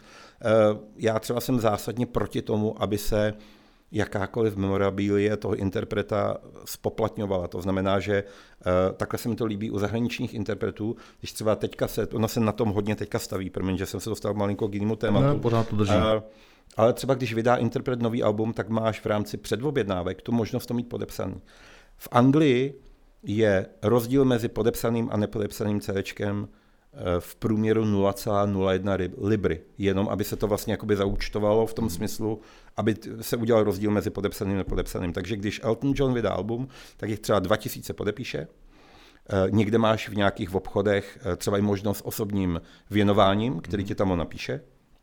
Já třeba jsem zásadně proti tomu, aby se jakákoliv memorabilie toho interpreta spoplatňovala. To znamená, že uh, takhle se mi to líbí u zahraničních interpretů, když třeba teďka se, ono se na tom hodně teďka staví, promiň, že jsem se dostal malinko k jinému tématu. Ne, pořád to drží. Uh, ale třeba když vydá interpret nový album, tak máš v rámci předobjednávek tu možnost to mít podepsaný. V Anglii je rozdíl mezi podepsaným a nepodepsaným CDčkem v průměru nula celá nula jedna libry, jenom aby se to vlastně jakoby zaúčtovalo v tom smyslu, aby se udělal rozdíl mezi podepsaným a nepodepsaným. Takže když Elton John vydá album, tak jich třeba dva tisíce podepíše, někde máš v nějakých obchodech třeba i možnost s osobním věnováním, který ti tam on napíše,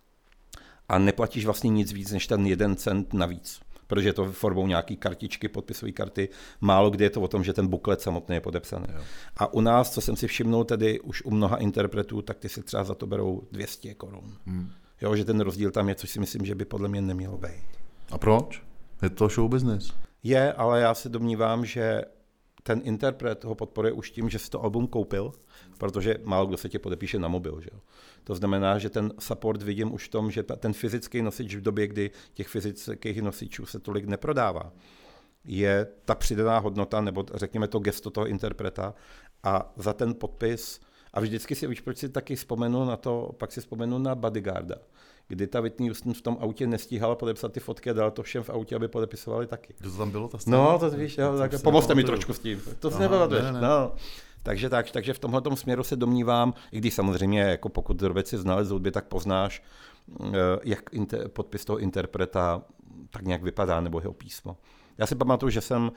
a neplatíš vlastně nic víc než ten jeden cent navíc, protože je to formou nějaký kartičky, podpisové karty, málo kdy je to o tom, že ten buklet samotný je podepsaný. Jo. A u nás, co jsem si všimnul tedy už u mnoha interpretů, tak ty si třeba za to berou dvě stě korun. Hmm. Jo, že ten rozdíl tam je, což si myslím, že by podle mě nemělo být. A proč? Je to show business. Je, ale já se domnívám, že ten interpret ho podporuje už tím, že si to album koupil, protože málo kdo se tě podepíše na mobil. Že jo? To znamená, že ten support vidím už v tom, že ten fyzický nosič v době, kdy těch fyzických nosičů se tolik neprodává, je ta přidaná hodnota, nebo řekněme to gesto toho interpreta, a za ten podpis, a vždycky si, víš, proč si taky vzpomenu na to, pak si vzpomenu na Bodyguarda, kdy ta Whitney Houston v tom autě nestíhala podepsat ty fotky a dala to všem v autě, aby podepisovali taky. To tam bylo? Ta scéna? No, to víš, jo, tak, pomozte mi trošku s tím. To si nepamatuješ. Ne, ne. No. Takže, tak, takže v tomhletom směru se domnívám, i když samozřejmě, jako pokud robec si znalec hudby, tak poznáš, jak inter, podpis toho interpreta tak nějak vypadá, nebo jeho písmo. Já si pamatuju, že jsem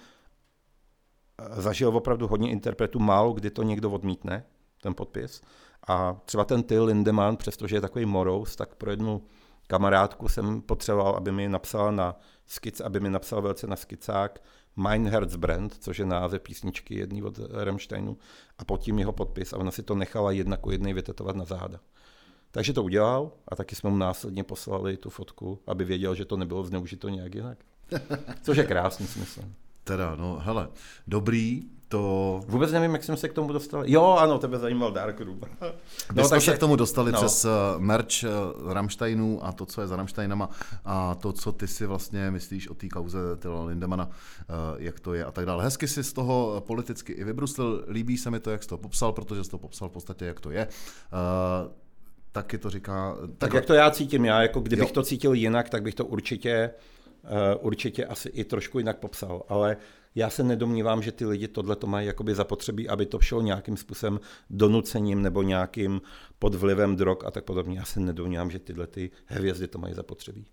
zažil opravdu hodně interpretů, málo kdy to někdo odmítne, ten podpis. A třeba ten Till Lindemann, přestože je takový morous, tak pro jednu kamarádku jsem potřeboval, aby mi napsala na skic, aby mi napsal velce na skicák Mein Herzbrand, což je název písničky jedný od Rammsteinu, a pod tím jeho podpis, a ona si to nechala jedna ku jednej vytetovat na záda. Takže to udělal a taky jsme mu následně poslali tu fotku, aby věděl, že to nebylo zneužito nějak jinak. Což je krásný smysl. Teda, no hele, dobrý, to... Vůbec nevím, jak jsme se k tomu dostali. Jo, ano, tebe zajímal Dark Room. No, My jsme takže... se k tomu dostali no. přes merch Rammsteinů a to, co je za Rammsteinama, a to, co ty si vlastně myslíš o té kauze Tilla Lindemana, jak to je a tak dále. Hezky si z toho politicky i vybruslil, líbí se mi to, jak jsi to popsal, protože jsi to popsal v podstatě, jak to je. Uh, taky to říká... Tak, tak jak to já cítím, já jako kdybych jo. to cítil jinak, tak bych to určitě určitě asi i trošku jinak popsal, ale já se nedomnívám, že ty lidi tohleto mají jakoby zapotřebí, aby to šlo nějakým způsobem donucením nebo nějakým pod vlivem drog a tak podobně. Já se nedomnívám, že tyhle ty hvězdy to mají zapotřebí.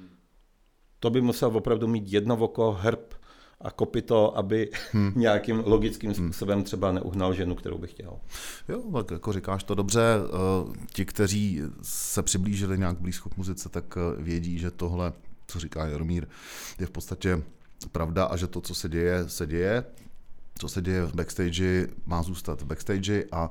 To by musel opravdu mít jedno oko, hrb a kopyto, aby hmm. nějakým logickým způsobem třeba neuhnal ženu, kterou by chtěl. Jo, tak jako říkáš to dobře. Ti, kteří se přiblížili nějak blízko k muzice, tak vědí, že tohle, co říká Jaromír, je v podstatě pravda a že to, co se děje, se děje. Co se děje v backstage, má zůstat v backstage a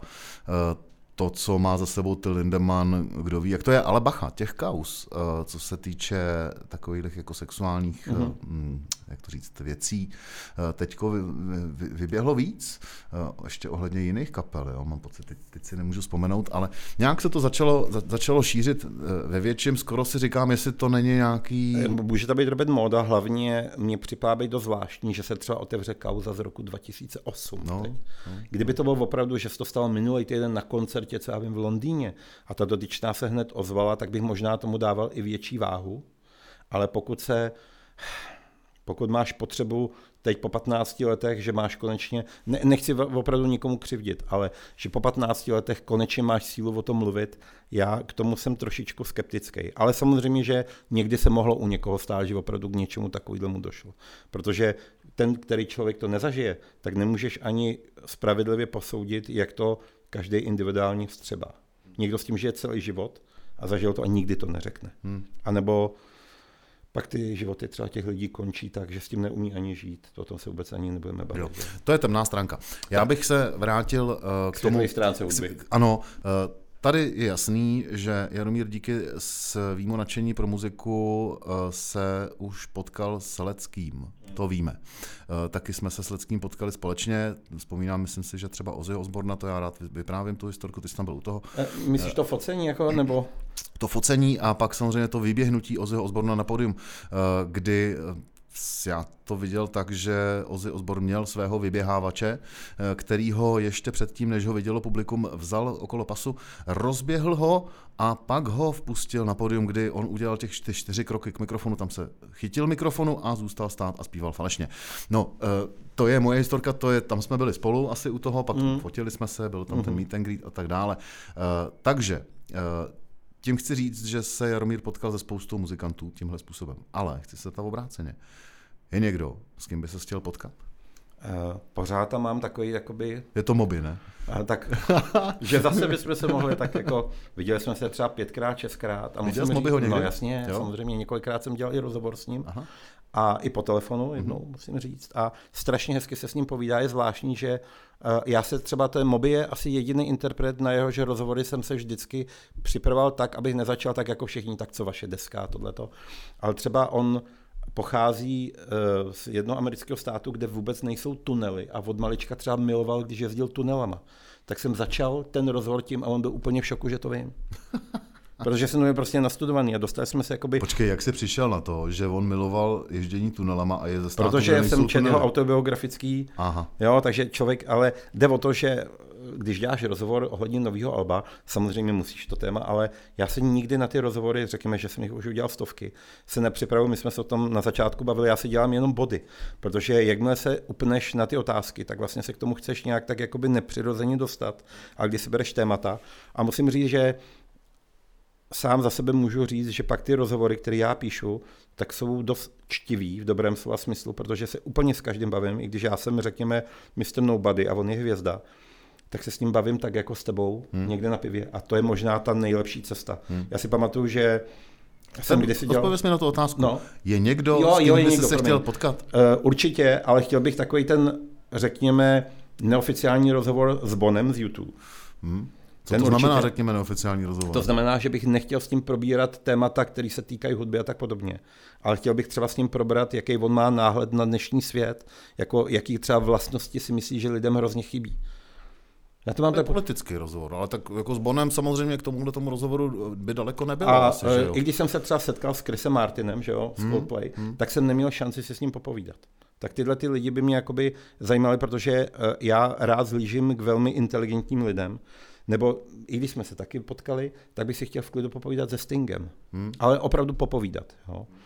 to, co má za sebou Till Lindemann, kdo ví, jak to je, ale bacha, těch kauz, co se týče takových jako sexuálních, mm-hmm. jak to říct, věcí, teďko vy, vy, vyběhlo víc, ještě ohledně jiných kapel, jo, mám pocit, teď, teď si nemůžu vzpomenout, ale nějak se to začalo, za, začalo šířit ve větším, skoro si říkám, jestli to není nějaký... Může to být Robert móda, hlavně mně připadá být dost zvláštní, že se třeba otevře kauza z roku dva tisíce osm. No, no. Kdyby to bylo opravdu, že se to stalo minulý týden na koncert, co já vím, v Londýně a ta dotyčná se hned ozvala, tak bych možná tomu dával i větší váhu, ale pokud se, pokud máš potřebu teď po patnácti letech, že máš konečně, ne, nechci opravdu nikomu křivdit, ale že po patnácti letech konečně máš sílu o tom mluvit, já k tomu jsem trošičku skeptický. Ale samozřejmě, že někdy se mohlo u někoho stát, že opravdu k něčemu takovému došlo. Protože ten, který člověk to nezažije, tak nemůžeš ani spravedlivě posoudit, jak to každý individuální vstřeba. Někdo s tím žije celý život a zažil to a nikdy to neřekne. Hmm. A nebo pak ty životy třeba těch lidí končí tak, že s tím neumí ani žít. To o tom se vůbec ani nebudeme bavit. Jo. To je temná stránka. Já tak. bych se vrátil uh, k, k tomu... stránce hudby. Ano, uh, tady je jasný, že Jaromír díky svýmu nadšení pro muziku uh, se už potkal s Leckým. To víme. Uh, taky jsme se s Leckým potkali společně. Vzpomínám, myslím si, že třeba Ozzy Osborna, to já rád vyprávím tu historku, ty jsi tam byl u toho. Uh, myslíš to focení jako, nebo... To focení a pak samozřejmě to vyběhnutí Ozzyho Osborna na pódium, uh, kdy... Já to viděl tak, že Ozzy Osbourne měl svého vyběhávače, který ho ještě předtím, než ho vidělo publikum, vzal okolo pasu, rozběhl ho a pak ho vpustil na pódium, kdy on udělal těch čtyři, čtyři kroky k mikrofonu, tam se chytil mikrofonu a zůstal stát a zpíval falešně. No, to je moje historka, to je, tam jsme byli spolu asi u toho, pak mm. fotili jsme se, byl tam mm. ten meet and greet a tak dále. Takže tím chci říct, že se Jaromír potkal se spoustou muzikantů tímhle způsobem. Ale chci se tam obráceně. Je někdo, s kým by se chtěl potkat? Uh, pořád tam mám takový, jakoby... Je to Moby, ne? Uh, tak, že zase bychom se mohli tak jako... Viděli jsme se třeba pětkrát, šestkrát. A viděl jsi Mobyho někdy? No jasně, jo? Samozřejmě několikrát jsem dělal i rozhovor s ním. Aha. A i po telefonu jednou, mm-hmm. musím říct. A strašně hezky se s ním povídá. Je zvláštní, že uh, já se třeba, ten Moby je asi jediný interpret, na jehož rozhovory jsem se vždycky připravoval tak, abych nezačal tak jako všichni, tak co vaše deska a tohleto. Ale třeba on pochází uh, z jednoho amerického státu, kde vůbec nejsou tunely a od malička třeba miloval, když jezdil tunelama. Tak jsem začal ten rozhovor tím a on byl úplně v šoku, že to vím. Protože jsem byl prostě nastudovaný a dostali jsme se jakoby... Počkej, jak jsi přišel na to, že on miloval ježdění tunelama a je ze státu, protože jsem četl jeho autobiografický, Aha. jo, takže člověk, ale jde o to, že když děláš rozhovor ohledně nového alba, samozřejmě musíš to téma, ale já se nikdy na ty rozhovory, řekněme, že jsem jich už udělal stovky, se nepřipravuji, my jsme se o tom na začátku bavili, já si dělám jenom body, protože jakmile se upneš na ty otázky, tak vlastně se k tomu chceš nějak tak jakoby nepřirozeně dostat, a když si bereš témata, a musím říct, že sám za sebe můžu říct, že pak ty rozhovory, které já píšu, tak jsou dost čtivý v dobrém slova smyslu, protože se úplně s každým bavím, i když já jsem, řekněme, mister Nobody a on je hvězda, tak se s ním bavím tak jako s tebou, hmm. někde na pivě. A to je možná ta nejlepší cesta. Hmm. Já si pamatuju, že jsem kdysi dělal... Odpověz mi na tu otázku. No. Je někdo, jo, s kým jo, by někdo, se chtěl potkat? Uh, určitě, ale chtěl bych takový ten, řekněme, neoficiální rozhovor s Bonem z YouTube. Hmm. Co to znamená, určitě, řekněme, neoficiální rozhovor? To znamená, že bych nechtěl s ním probírat témata, které se týkají hudby a tak podobně. Ale chtěl bych třeba s ním probrat, jaký on má náhled na dnešní svět, jako jaký třeba vlastnosti si myslí, že lidem hrozně chybí. Já to mám to je politický rozhovor, ale tak jako s Bonem samozřejmě k tomuhle tomu rozhovoru by daleko nebylo. A asi, že jo? I když jsem se třeba setkal s Chrisem Martinem, že jo, z hmm, Coldplay, hmm. tak jsem neměl šanci si s ním popovídat. Tak tyhle ty lidi by mě jakoby zajímaly, protože já rád zlížím k velmi inteligentním lidem. Nebo i když jsme se taky potkali, tak bych si chtěl v klidu popovídat se Stingem. Hmm. Ale opravdu popovídat. Jo.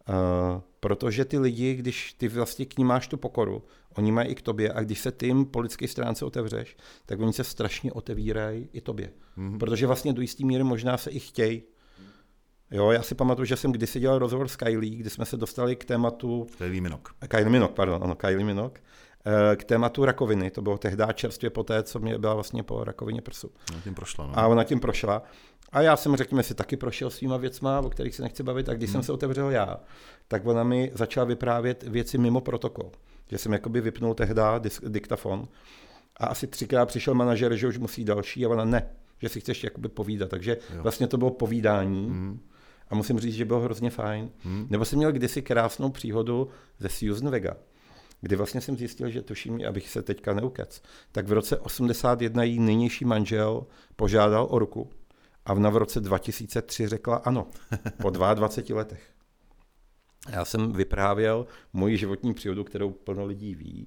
Uh, protože ty lidi, když ty vlastně k ním máš tu pokoru, oni mají i k tobě a když se ty jim po lidské stránce otevřeš, tak oni se strašně otevírají i tobě. Mm-hmm. Protože vlastně do jistý míry možná se i chtějí. Jo, já si pamatuju, že jsem kdysi dělal rozhovor s Kylie, kdy jsme se dostali k tématu... Kylie Minogue. Kylie Minogue, pardon, ano, Kylie Minogue. K tématu rakoviny. To bylo tehdy čerstvě poté, co mě byla vlastně po rakovině prsu. Ona tím prošla, no. A ona tím prošla. A já jsem, řekněme si, taky prošel svýma věcma, o kterých se nechci bavit. A když hmm. jsem se otevřel já, tak ona mi začala vyprávět věci mimo protokol. Že jsem jakoby vypnul tehdy disk, diktafon. A asi třikrát přišel manažer, že už musí další. A ona ne, že si chceš jakoby povídat. Takže jo. Vlastně to bylo povídání. Hmm. A musím říct, že bylo hrozně fajn. Hmm. Nebo jsem měl kdysi krásnou příhodu ze Susan Vega, kdy vlastně jsem zjistil, že tuším, abych se teďka neukec, tak v roce osmdesát jedna její nynější manžel požádal o ruku a ona v roce dva tisíce tři řekla ano, po dvaceti dvou letech. Já jsem vyprávěl moji životní příhodu, kterou plno lidí ví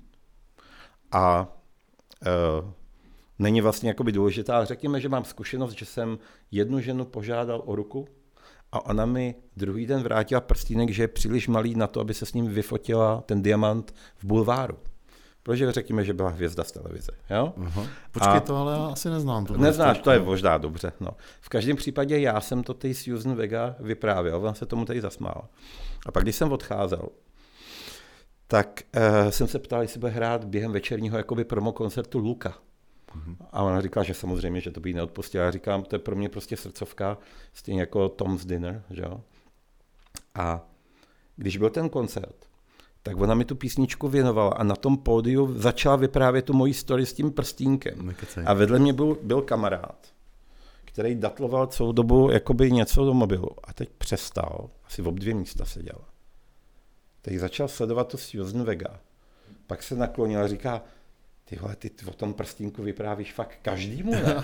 a uh, není vlastně jakoby důležitá, ale řekněme, že mám zkušenost, že jsem jednu ženu požádal o ruku a ona mi druhý den vrátila prstínek, že je příliš malý na to, aby se s ním vyfotila ten diamant v bulváru. Protože řekněme, že byla hvězda z televize. Jo? Uh-huh. Počkej, a to ale já asi neznám. To neznáš, to je možná dobře. No. V každém případě já jsem to tej Susan Vega vyprávěl, ona se tomu tady zasmála. A pak, když jsem odcházel, tak uh, jsem se ptal, jestli bude hrát během večerního jakoby promo koncertu Luka. Uh-huh. A ona říkala, že samozřejmě, že to by jí neodpustila. Já říkám, to je pro mě prostě srdcovka, stejně jako Tom's Dinner. Že jo? A když byl ten koncert, tak ona mi tu písničku věnovala a na tom pódiu začala vyprávět tu moji story s tím prstínkem. A vedle mě byl, byl kamarád, který datloval celou dobu jakoby něco do mobilu. A teď přestal, asi v obdvě místa seděl. Teď začal sledovat tu Susan Vega. Pak se naklonil a říká, ty vole, ty o tom prstínku vyprávíš fakt každému, ne?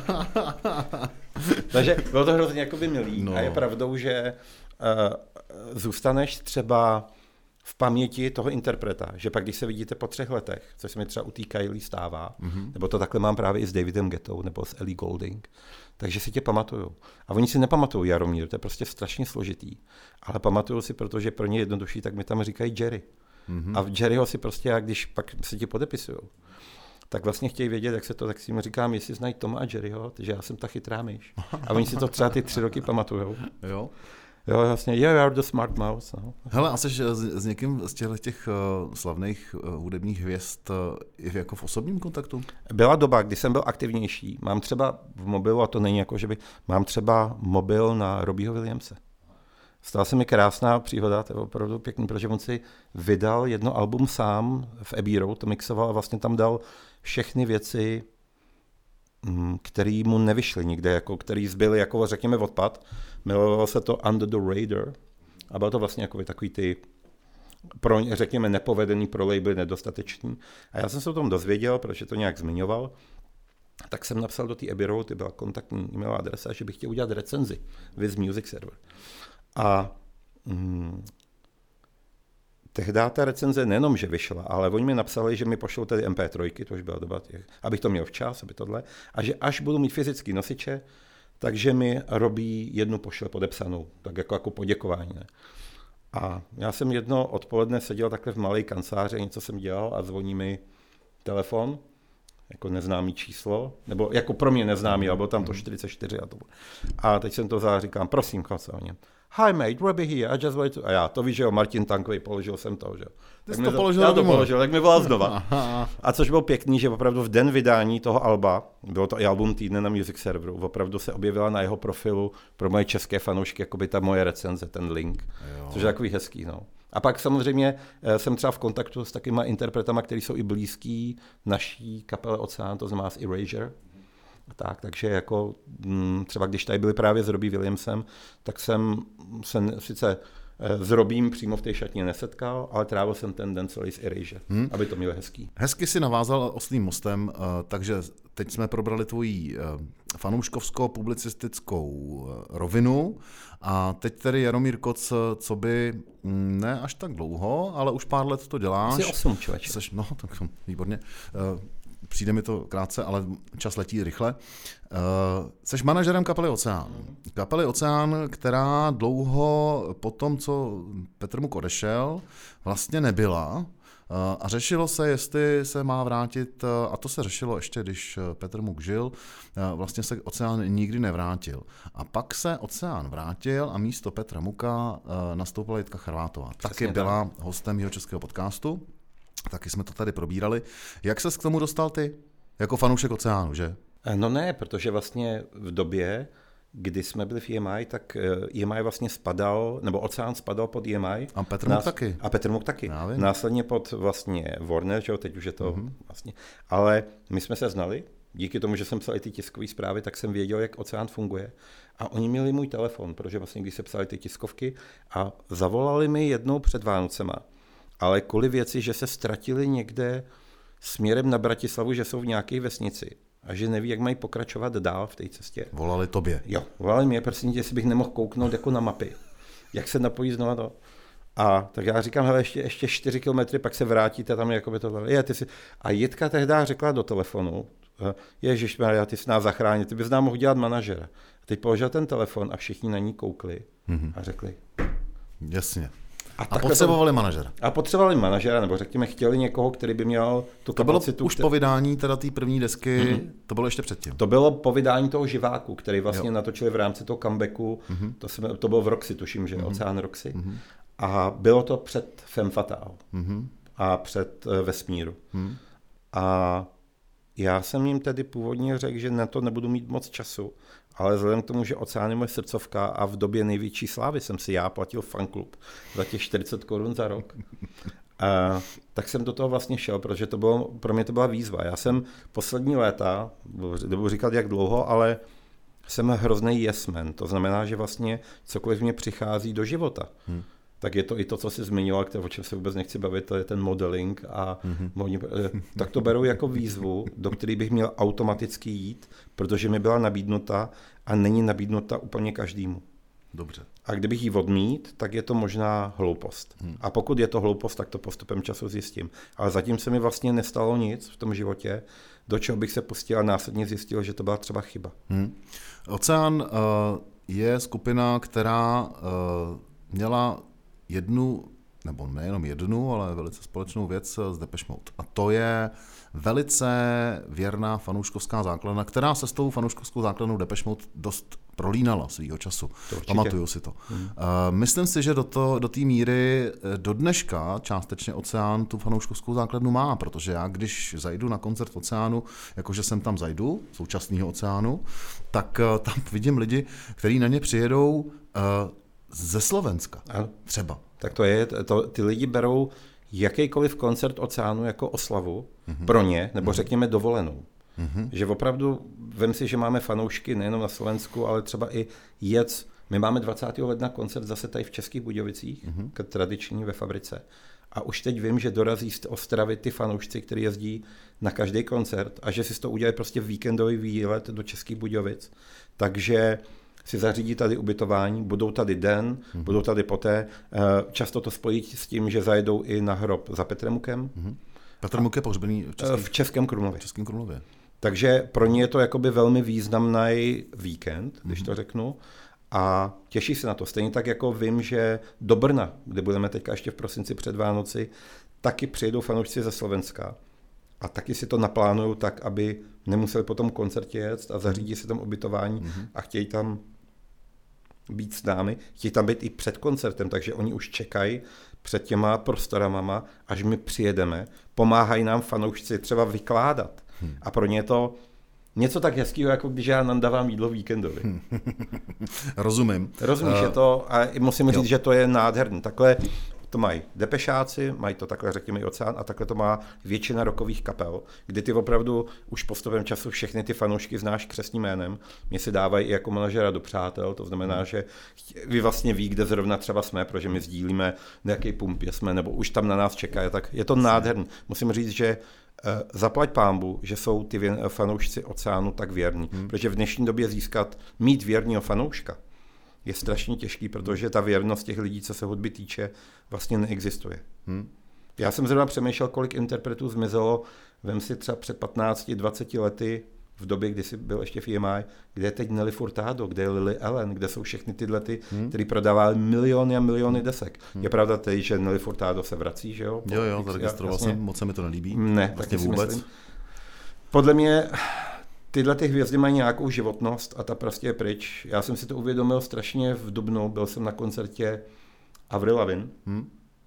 Takže bylo to hrozně jakoby milý. No. A je pravdou, že uh, zůstaneš třeba v paměti toho interpreta, že pak, když se vidíte po třech letech, což se mi třeba u té Kylie stává, mm-hmm. nebo to takhle mám právě i s Davidem Guettou, nebo s Ellie Goulding, takže si tě pamatujou. A oni si nepamatují Jaromír, to je prostě strašně složitý, ale pamatují si, protože pro ně jednodušší, tak mi tam říkají Jerry. Mm-hmm. A v Jerryho si prostě, já když pak se ti podepisují, tak vlastně chtějí vědět, jak se to, tak si jim říkám, jestli znají Toma a Jerryho, takže já jsem ta chytrá myš. A oni si to třeba ty tři roky pamatujou. Jo. Jo, vlastně, you are the smart mouse. No. Hele, a jsi s, s někým z těchto těch uh, slavných uh, hudebních hvězd uh, i jako v osobním kontaktu? Byla doba, kdy jsem byl aktivnější. Mám třeba v mobilu, a to není jako, že by, mám třeba mobil na Robbieho Williamse. Stala se mi krásná příhoda, to je opravdu pěkný, protože on si vydal jedno album sám v Abbey Road, to mixoval a vlastně tam dal všechny věci, který mu nevyšly nikde, jako, který zbyly jako, řekněme, odpad. Jmenovalo se to Under the Radar a bylo to vlastně jako takový ty, pro, řekněme, nepovedený pro label, nedostatečný. A já jsem se o tom dozvěděl, protože to nějak zmiňoval, tak jsem napsal do té Abbey Road, ty byla kontaktní e-mailová adresa, že bych chtěl udělat recenzi with Music Server. A mm, tehdy ta recenze nejenom, že vyšla, ale oni mi napsali, že mi pošlou tedy em pé tři, to už byla doba těch, abych to měl včas, aby tohle, a že až budu mít fyzický nosiče, takže mi Robí jednu pošle podepsanou, tak jako, jako poděkování. Ne? A já jsem jedno odpoledne seděl takhle v malé kanceláři, něco jsem dělal a zvoní mi telefon, jako neznámý číslo, nebo jako pro mě neznámý, ale bylo tam to čtyřicet čtyři a to. A teď jsem to vzal a říkám, prosím, chod se o něm. Hi mate, Robbie here, I just wait to... A já, to víš, že jo, Martin Tankový, položil jsem to, že jo. Ty jsi to položil? Já to položil, tak mi volal znova. A což bylo pěkný, že opravdu v den vydání toho alba, bylo to i album týdne na Music Serveru, opravdu se objevila na jeho profilu pro moje české fanoušky, jakoby ta moje recenze, ten link, jo. Což je takový hezký, no. A pak samozřejmě jsem třeba v kontaktu s takýma interpretama, který jsou i blízký naší kapele Oceán, to znamená s Erasure. Tak, takže jako třeba když tady byli právě s Robbie Williamsem, tak jsem se sice s Robím přímo v té šatně nesetkal, ale trávil jsem ten den celý s Erasure, hmm. aby to mělo hezký. Hezky si navázal oslým mostem, takže teď jsme probrali tvoji fanouškovsko-publicistickou rovinu a teď tedy Jaromír Koc, co by ne až tak dlouho, ale už pár let to děláš. Asi osm, člověče. Seš, no, tak výborně. přijde mi to krátce, ale čas letí rychle. Uh, seš manažerem kapely Oceán. Kapely Oceán, která dlouho po tom, co Petr Muk odešel, vlastně nebyla. A řešilo se, jestli se má vrátit, a to se řešilo ještě, když Petr Muk žil, vlastně se Oceán nikdy nevrátil. A pak se Oceán vrátil a místo Petra Muka nastoupila Jitka Charvátová. Taky byla hostem jeho českého podcastu, taky jsme to tady probírali. Jak ses k tomu dostal ty? Jako fanoušek Oceánu, že? No ne, protože vlastně v době, kdy jsme byli v E M I, tak E M I vlastně spadal, nebo Oceán spadal pod E M I. A Petr Muk taky. A Petr Muk taky. Následně pod vlastně Warner, že jo, teď už je to mm-hmm. vlastně. Ale my jsme se znali, díky tomu, že jsem psal i ty tiskové zprávy, tak jsem věděl, jak Oceán funguje. A oni měli můj telefon, protože vlastně když se psali ty tiskovky a zavolali mi jednou před Vánocema. Ale kvůli věci, že se ztratili někde směrem na Bratislavu, že jsou v nějaké vesnici. A že neví, jak mají pokračovat dál v té cestě. Volali tobě. Jo, volali mě, prosím tě, jestli bych nemohl kouknout jako na mapy. Jak se napojí znovu to. A tak já říkám, hele, ještě, ještě čtyři kilometry, pak se vrátíte tam jako by tohle. Je, ty si... A Jitka tehdy řekla do telefonu, ježišmarja, ty jsi nás zachránil, ty bys nám mohl dělat manažera. A teď položil ten telefon a všichni na ní koukli mm-hmm. a řekli. Jasně. A, a potřebovali to, manažera. A potřebovali manažera, nebo řekněme, chtěli někoho, který by měl tu to kapacitu. To bylo už který... po vydání teda té první desky, mm-hmm. to bylo ještě předtím. To bylo po vydání toho živáku, který vlastně jo. natočili v rámci toho comebacku, mm-hmm. to, jsme, to bylo v Roxy, tuším, že mm-hmm. Oceán Roxy. Mm-hmm. A bylo to před Femme Fatale mm-hmm. a před uh, Vesmíru. Mm-hmm. A já jsem jim tedy původně řekl, že na to nebudu mít moc času, ale vzhledem k tomu, že Oceán je moje srdcovka a v době největší slávy jsem si já platil fanklub za těch čtyřicet korun za rok, a, tak jsem do toho vlastně šel, protože to bylo, pro mě to byla výzva. Já jsem poslední léta, nebudu říkat jak dlouho, ale jsem hrozný yes man. To znamená, že vlastně cokoliv mě přichází do života, hmm. tak je to i to, co jsi zmiňoval, o čem se vůbec nechci bavit, to je ten modeling a mm-hmm. tak to beru jako výzvu, do které bych měl automaticky jít, protože mi byla nabídnuta a není nabídnuta úplně každému. Dobře. A kdybych ji odmít, tak je to možná hloupost. Hmm. A pokud je to hloupost, tak to postupem času zjistím. Ale zatím se mi vlastně nestalo nic v tom životě, do čeho bych se pustil a následně zjistil, že to byla třeba chyba. Hmm. Oceán uh, je skupina, která uh, měla jednu, nebo nejenom jednu, ale velice společnou věc s Depeche Mode. A to je velice věrná fanouškovská základna, která se s tou fanouškovskou základnou Depeche Mode dost prolínala svýho času. Pamatuju si to. Hmm. Uh, myslím si, že do, to, do té míry do dneška částečně Oceán tu fanouškovskou základnu má, protože já, když zajdu na koncert Oceánu, jakože jsem tam zajdu, současného Oceánu, tak uh, tam vidím lidi, kteří na ně přijedou uh, ze Slovenska. Ano. Třeba. Tak to je, to, ty lidi berou jakýkoliv koncert Oceánu jako oslavu mm-hmm. pro ně, nebo mm-hmm. řekněme dovolenou. Mm-hmm. Že opravdu, vem si, že máme fanoušky nejenom na Slovensku, ale třeba i jec. My máme dvacátého ledna koncert zase tady v Českých Budějovicích, mm-hmm. tradiční ve Fabrice. A už teď vím, že dorazí z Ostravy ty fanoušci, kteří jezdí na každý koncert a že si to udělají prostě víkendový výlet do Českých Budějovic. Takže si zařídí tady ubytování, budou tady den, mm-hmm. budou tady poté. Často to spojí s tím, že zajedou i na hrob za Petrem Mukem. Mm-hmm. Petr Muk je pohřbený v Českém, v Českém Krumlově. V Českém Krumlově. Takže pro ně je to jakoby velmi významný víkend, když mm-hmm. to řeknu. A těší se na to. Stejně tak jako vím, že do Brna, kde budeme teďka ještě v prosinci před Vánoci, taky přijedou fanoušci ze Slovenska. A taky si to naplánují tak, aby nemuseli po tom koncertě jet a zařídí si tam ubytování mm-hmm. a chtějí tam být s námi, chtějí tam být i před koncertem, takže oni už čekají před těma prostorama, až my přijedeme, pomáhají nám fanoušci třeba vykládat. Hmm. A pro ně je to něco tak hezkého, jako když já nadávám jídlo víkendovi. Rozumím. Rozumíš, uh, je to, a musím říct, jo. že to je nádherný. Takhle to mají Depešáci, mají to takhle, řekněme, i Oceán, a takhle to má většina rockových kapel, kdy ty opravdu už postupem času všechny ty fanoušky znáš křestním jménem. Mě si dávají i jako manažera do přátel, to znamená, že vy vlastně ví, kde zrovna třeba jsme, protože my sdílíme, na jaký pumpě jsme, nebo už tam na nás čekají, tak je to nádherný. Musím říct, že zaplať pánbu, že jsou ty fanoušci Oceánu tak věrní, hmm. protože v dnešní době získat, mít věrného fanouška je strašně těžký, protože ta věrnost těch lidí, co se hudby týče, vlastně neexistuje. Hmm. Já jsem zrovna přemýšlel, kolik interpretů zmizelo, vem si třeba před patnácti dvaceti lety, v době, kdy jsi byl ještě v E M I, kde je teď Nelly Furtado, kde je Lily Allen, kde jsou všechny tyhle, ty, hmm. který prodávaly miliony a miliony desek. Hmm. Je pravda tedy, že Nelly Furtado se vrací, že jo? Jo, jo, zaregistroval jsem, moc se mi to nelíbí. Ne, vlastně tak vůbec. Myslím. Podle mě tyhle ty hvězdy mají nějakou životnost a ta prostě je pryč. Já jsem si to uvědomil strašně v dubnu, byl jsem na koncertě Avril Lavigne hmm.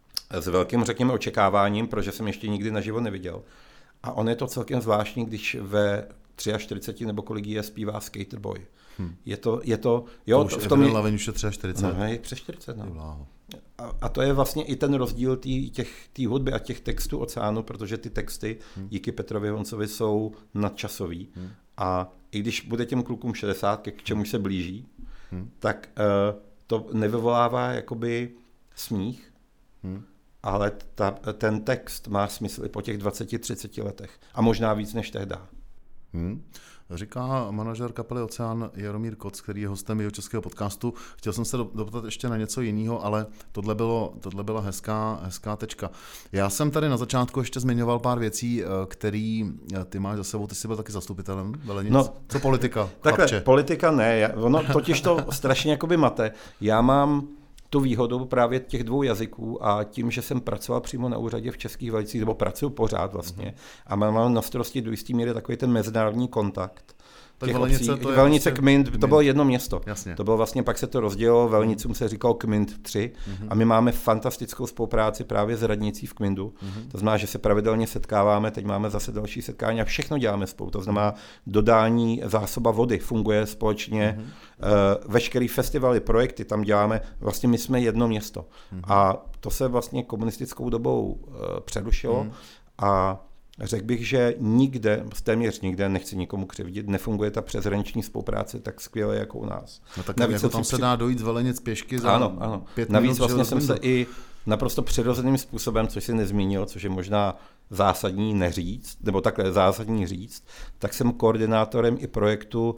s velkým, řekněme, očekáváním, protože jsem ještě nikdy naživo neviděl. A on je to celkem zvláštní, když ve čtyřiceti tři nebo kolik je zpívá Skater Boy. Hmm. Je to, je to, jo, to už v tom Avril Lavigne už je čtyřicet tři. No, je přes čtyřicet, no. A, a to je vlastně i ten rozdíl té hudby a těch textů Oceánu, protože ty texty hmm. díky Petrovi Honcovi jsou nadčasový. Hmm. A i když bude těm klukům šedesát, k čemu se blíží, hmm. tak uh, to nevyvolává jakoby smích, hmm. ale ta, ten text má smysl i po těch dvaceti třiceti letech. A možná víc než tehdy. Hmm. Říká manažer kapely Oceán Jaromír Koc, který je hostem jeho českého podcastu. Chtěl jsem se doptat ještě na něco jiného, ale tohle, bylo, tohle byla hezká, hezká tečka. Já jsem tady na začátku ještě zmiňoval pár věcí, které ty máš za sebou. Ty jsi byl taky zastupitelem Velenic. No, co politika? Takhle, chlapče? Politika ne. Ono totiž to strašně jakoby mate. Já mám tu výhodu právě těch dvou jazyků a tím, že jsem pracoval přímo na úřadě v Českých Velicích, nebo pracuji pořád vlastně, mm-hmm. a mám na starosti do jistý míry takový ten mezinárodní kontakt. Tak Velenice, to je Velenice vlastně Kmint, to bylo jedno město. Jasně. To bylo vlastně, pak se to rozdělilo, Velnicům se říkal Kmint tři mm-hmm. a my máme fantastickou spolupráci právě s radnicí v Kmindu. Mm-hmm. To znamená, že se pravidelně setkáváme, teď máme zase další setkání a všechno děláme spolu. To znamená, dodání zásoba vody funguje společně, mm-hmm. uh, veškerý festivaly, projekty tam děláme, vlastně my jsme jedno město. Mm-hmm. A to se vlastně komunistickou dobou uh, přerušilo mm-hmm. a řekl bych, že nikde, téměř nikde, nechci nikomu křivdit, nefunguje ta přeshraniční spolupráce tak skvěle jako u nás. No tak navíc jako tam se při... dá dojít z Velenic pěšky za ano, ano. pět Navíc minut. Vlastně jsem se i naprosto přirozeným způsobem, což si nezmínil, což je možná zásadní neříct, nebo takhle zásadní říct, tak jsem koordinátorem i projektu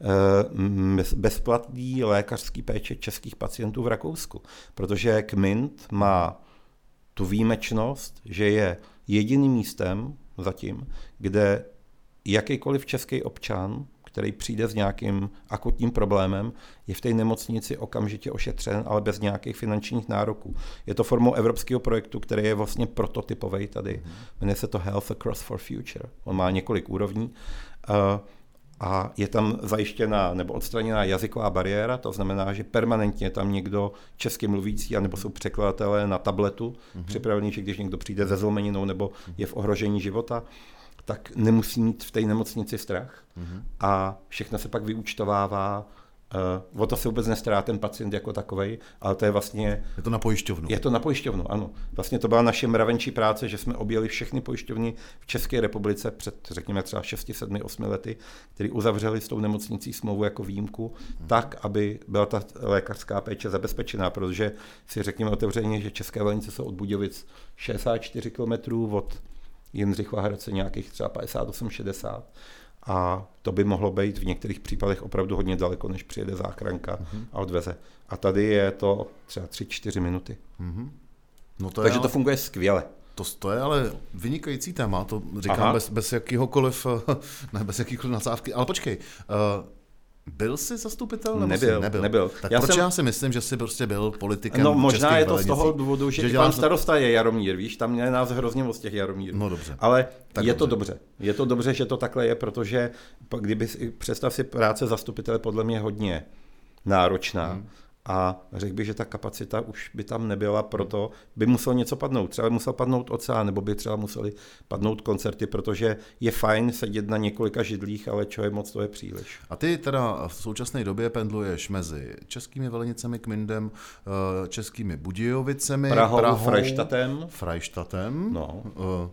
bezplatný lékařský péče českých pacientů v Rakousku. Protože Kmint má tu výjimečnost, že je jediným místem zatím, kde jakýkoliv český občan, který přijde s nějakým akutním problémem, je v té nemocnici okamžitě ošetřen, ale bez nějakých finančních nároků. Je to formou evropského projektu, který je vlastně prototypový tady. Jmenuje se to Health Across for Future. On má několik úrovní. A je tam zajištěna nebo odstraněná jazyková bariéra, to znamená, že permanentně tam někdo česky mluvící, anebo jsou překladatelé na tabletu, mm-hmm. připravený, že když někdo přijde se zlomeninou nebo je v ohrožení života, tak nemusí mít v té nemocnici strach. Mm-hmm. A všechno se pak vyúčtovává. Uh, o to se vůbec nestará ten pacient jako takovej, ale to je vlastně... Je to na pojišťovnu. Je to na pojišťovnu, ano. Vlastně to byla naše mravenčí práce, že jsme objeli všechny pojišťovny v České republice před, řekněme, třeba šesti, sedmi, osmi lety, který uzavřeli s tou nemocnicí smlouvu jako výjimku, hmm. tak, aby byla ta lékařská péče zabezpečená, protože si řekněme otevřeně, že České Velenice jsou od Budějovic šedesát čtyři kilometrů, od Jindřichova Hradce nějakých třeba padesát osm šedesát. A to by mohlo být v některých případech opravdu hodně daleko, než přijede záchranka uh-huh. a odveze. A tady je to třeba tři čtyři minuty. Uh-huh. No to Takže je, to funguje skvěle. To, to je ale vynikající téma, to říkám bez, bez jakýhokoliv, ne bez jakýkoliv nadsávky. Ale počkej, uh, byl jsi zastupitel? Nebo nebyl, jsi nebyl. nebyl. Tak já proč jsem... já si myslím, že jsi prostě byl politikem? No možná je to Velenicích, z toho důvodu, že, že pan starosta je Jaromír, víš, tam je nás hrozně moc těch Jaromírů. No dobře. Ale tak je dobře. to dobře. Je to dobře, že to takhle je, protože kdyby si, představ si práce zastupitele podle mě hodně náročná. Hmm. A řekl bych, že ta kapacita už by tam nebyla, proto by muselo něco padnout. Třeba by musel padnout oceán, nebo by třeba museli padnout koncerty, protože je fajn sedět na několika židlích, ale čo je moc, to je příliš. A ty teda v současné době pendluješ mezi českými Velenicemi, Kmindem, českými Budějovicemi, Prahou, Prahou Freištatem, Freištatem, no.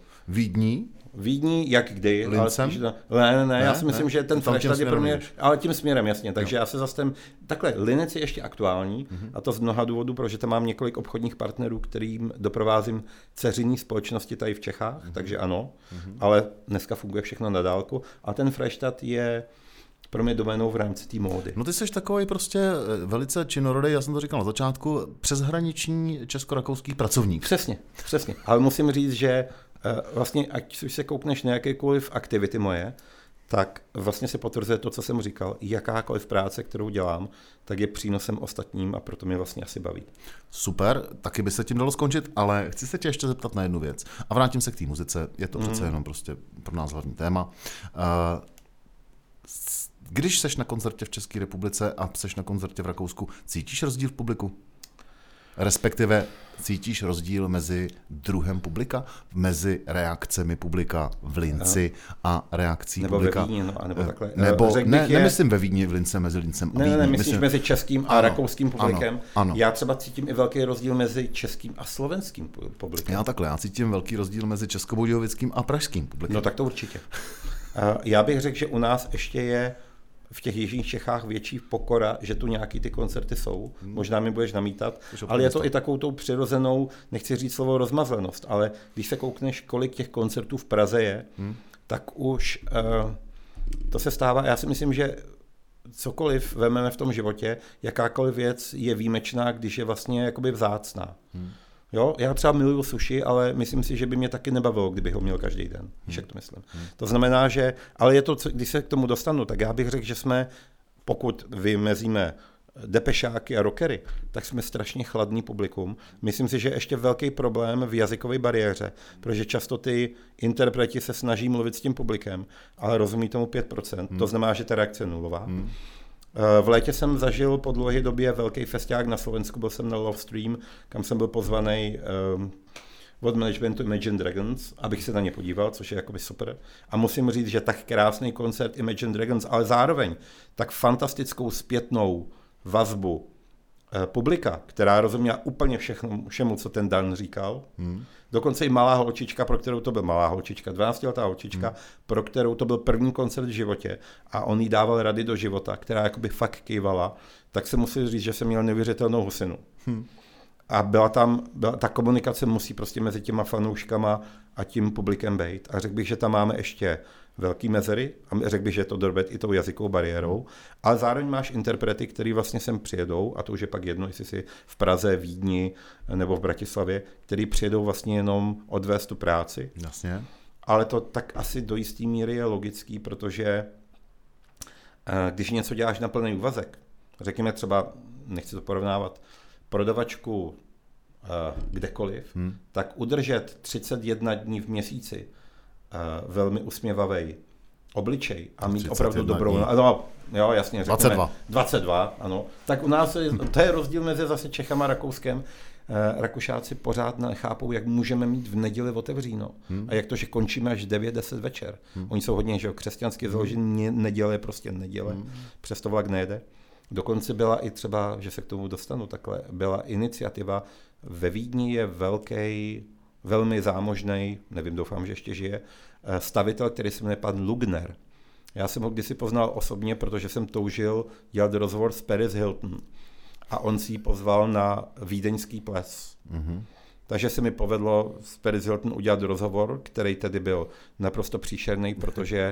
Vídní, Vídní, jak kdy. Lincem? Ale, ne, ne, ne, já si ne, myslím, ne, že ten Freistadt je pro mě, nevíš. Ale tím směrem, jasně. Takže jo. já se zase ten, takhle, Linec je ještě aktuální, mm-hmm. a to z mnoha důvodů, protože tam mám několik obchodních partnerů, kterým doprovázím dceřinní společnosti tady v Čechách, mm-hmm. takže ano, mm-hmm. ale dneska funguje všechno na dálku. A ten Freistadt je pro mě doménou v rámci té módy. No ty jsi takový prostě velice činorodý, já jsem to říkal na začátku, přeshraniční česko-rakouský pracovník. Přesně, přesně. Ale musím říct, že vlastně, ať už se koukneš na jakékoliv aktivity moje, tak vlastně se potvrzuje to, co jsem říkal. Jakákoliv práce, kterou dělám, tak je přínosem ostatním a proto mě vlastně asi baví. Super, taky by se tím dalo skončit, ale chci se tě ještě zeptat na jednu věc. A vrátím se k té muzice, je to mm. přece jenom prostě pro nás hlavní téma. Když seš na koncertě v České republice a seš na koncertě v Rakousku, cítíš rozdíl v publiku? Respektive cítíš rozdíl mezi druhem publika, mezi reakcemi publika v Linci a reakcí nebo publika. Nebo ve Vídni, no, nebo takhle. Nebo, ne, je... nemyslím ve Vídni, v Lince, mezi Lincem a ne, Vídní. Ne, ne, myslíš myslím... mezi českým a ano, rakouským publikem. Ano, ano. Já třeba cítím i velký rozdíl mezi českým a slovenským publikem. Já takhle, já cítím velký rozdíl mezi českobudějovickým a pražským publikem. No tak to určitě. Já bych řekl, že u nás ještě je v těch jižních Čechách větší pokora, že tu nějaký ty koncerty jsou. Hmm. Možná mi budeš namítat, ale je to i takovou tou přirozenou, nechci říct slovo rozmazlenost, ale když se koukneš, kolik těch koncertů v Praze je, hmm. tak už uh, to se stává. Já si myslím, že cokoliv vememe v tom životě, jakákoliv věc je výjimečná, když je vlastně jakoby vzácná. Hmm. Jo, já třeba miluju sushi, ale myslím si, že by mě taky nebavilo, kdybych ho měl každý den. Hmm. Jak to myslím. Hmm. To znamená, že, ale je to, když se k tomu dostanu, tak já bych řekl, že jsme, pokud vymezíme depešáky a rockery, tak jsme strašně chladný publikum. Myslím si, že ještě velký problém v jazykové bariéře, protože často ty interpreti se snaží mluvit s tím publikem, ale rozumí tomu pět procent. Hmm. To znamená, že ta reakce je nulová. Hmm. V létě jsem zažil po dlouhé době velký festiák na Slovensku, byl jsem na Love Stream, kam jsem byl pozvaný um, od managementu Imagine Dragons, abych se na ně podíval, což je jakoby super. A musím říct, že tak krásný koncert Imagine Dragons, ale zároveň tak fantastickou zpětnou vazbu eh, publika, která rozuměla úplně všechno, všemu, co ten Dan říkal. Hmm. Dokonce i malá holčička, pro kterou to byl malá holčička, dvanáctiletá holčička, hmm. pro kterou to byl první koncert v životě a on jí dával rady do života, která jakoby fakt kývala, tak se musí říct, že jsem měl neuvěřitelnou husinu. Hmm. A byla tam, byla, ta komunikace musí prostě mezi těma fanouškama a tím publikem být. A řekl bych, že tam máme ještě velký mezery a řekl bych, že je to dorbet i tou jazykovou bariérou, ale zároveň máš interprety, který vlastně sem přijedou, a to už je pak jedno, jestli si v Praze, Vídni nebo v Bratislavě, který přijedou vlastně jenom odvést tu práci. Jasně. Ale to tak asi do jisté míry je logický, protože když něco děláš na plný úvazek, řekněme třeba, nechci to porovnávat, prodavačku kdekoliv, hmm. tak udržet třicet jedna dní v měsíci Uh, velmi usměvavý obličej a mít opravdu dobrou... No, jo, jasně, řekněme. dvacet dva. dvacet dva, ano. Tak u nás je, to je rozdíl mezi zase Čechama a Rakouskem. Uh, Rakušáci pořád nechápou, jak můžeme mít v neděli otevříno. Hmm. A jak to, že končíme až devět deset večer. Hmm. Oni jsou hodně, že jo, křesťansky založení, neděle je prostě neděle. Hmm. Přesto vlak nejede. Dokonce byla i třeba, že se k tomu dostanu takhle, byla iniciativa. Ve Vídni je velký, velmi zámožný, nevím, doufám, že ještě žije, stavitel, který se jmenuje pan Lugner. Já jsem ho kdysi poznal osobně, protože jsem toužil dělat rozhovor s Paris Hilton. A on si ji pozval na vídeňský ples. Mm-hmm. Takže se mi povedlo s Paris Hilton udělat rozhovor, který tedy byl naprosto příšerný, protože...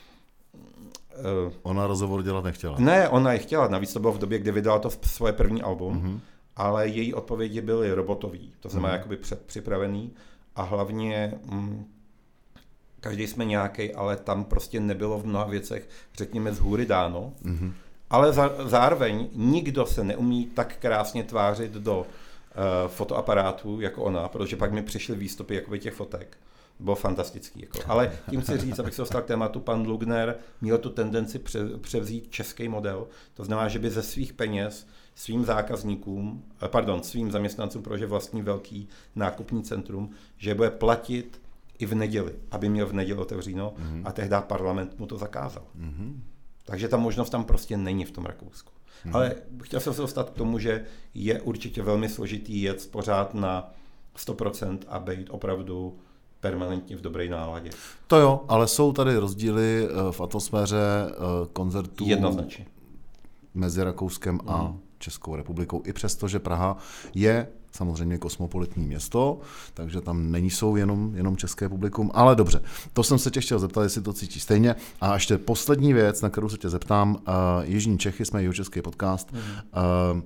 Uh, ona rozhovor dělat nechtěla. Ne, ona je chtěla. Navíc to bylo v době, kdy vydala to svoje první album. Mm-hmm. Ale její odpovědi byly robotový, to znamená mm. jakoby předpřipravený a hlavně mm, každý jsme nějaký, ale tam prostě nebylo v mnoha věcech, řekněme, z hůry dáno, mm. ale za, zároveň nikdo se neumí tak krásně tvářit do uh, fotoaparátů jako ona, protože pak mi přišly výstupy jakoby těch fotek. Bylo fantastický. Jako. Ale tím chci říct, abych se dostal k tématu, pan Lugner měl tu tendenci pře- převzít český model, to znamená, že by ze svých peněz svým zákazníkům, pardon, svým zaměstnancům, protože vlastní velký nákupní centrum, že bude platit i v neděli, aby měl v neděli otevříno mm-hmm. a tehdy parlament mu to zakázal. Mm-hmm. Takže ta možnost tam prostě není v tom Rakousku. Mm-hmm. Ale chtěl jsem se dostat k tomu, že je určitě velmi složitý jet pořád na sto procent a být opravdu permanentně v dobré náladě. To jo, ale jsou tady rozdíly v atmosféře koncertů jednoznačně mezi Rakouskem a mm. Českou republikou. I přesto, že Praha je samozřejmě kosmopolitní město, takže tam není jsou jenom, jenom české publikum, ale dobře, to jsem se tě chtěl zeptat, jestli to cítíš stejně. A ještě poslední věc, na kterou se tě zeptám, uh, Jižní Čechy, jsme jihočeský podcast. Mm. Uh,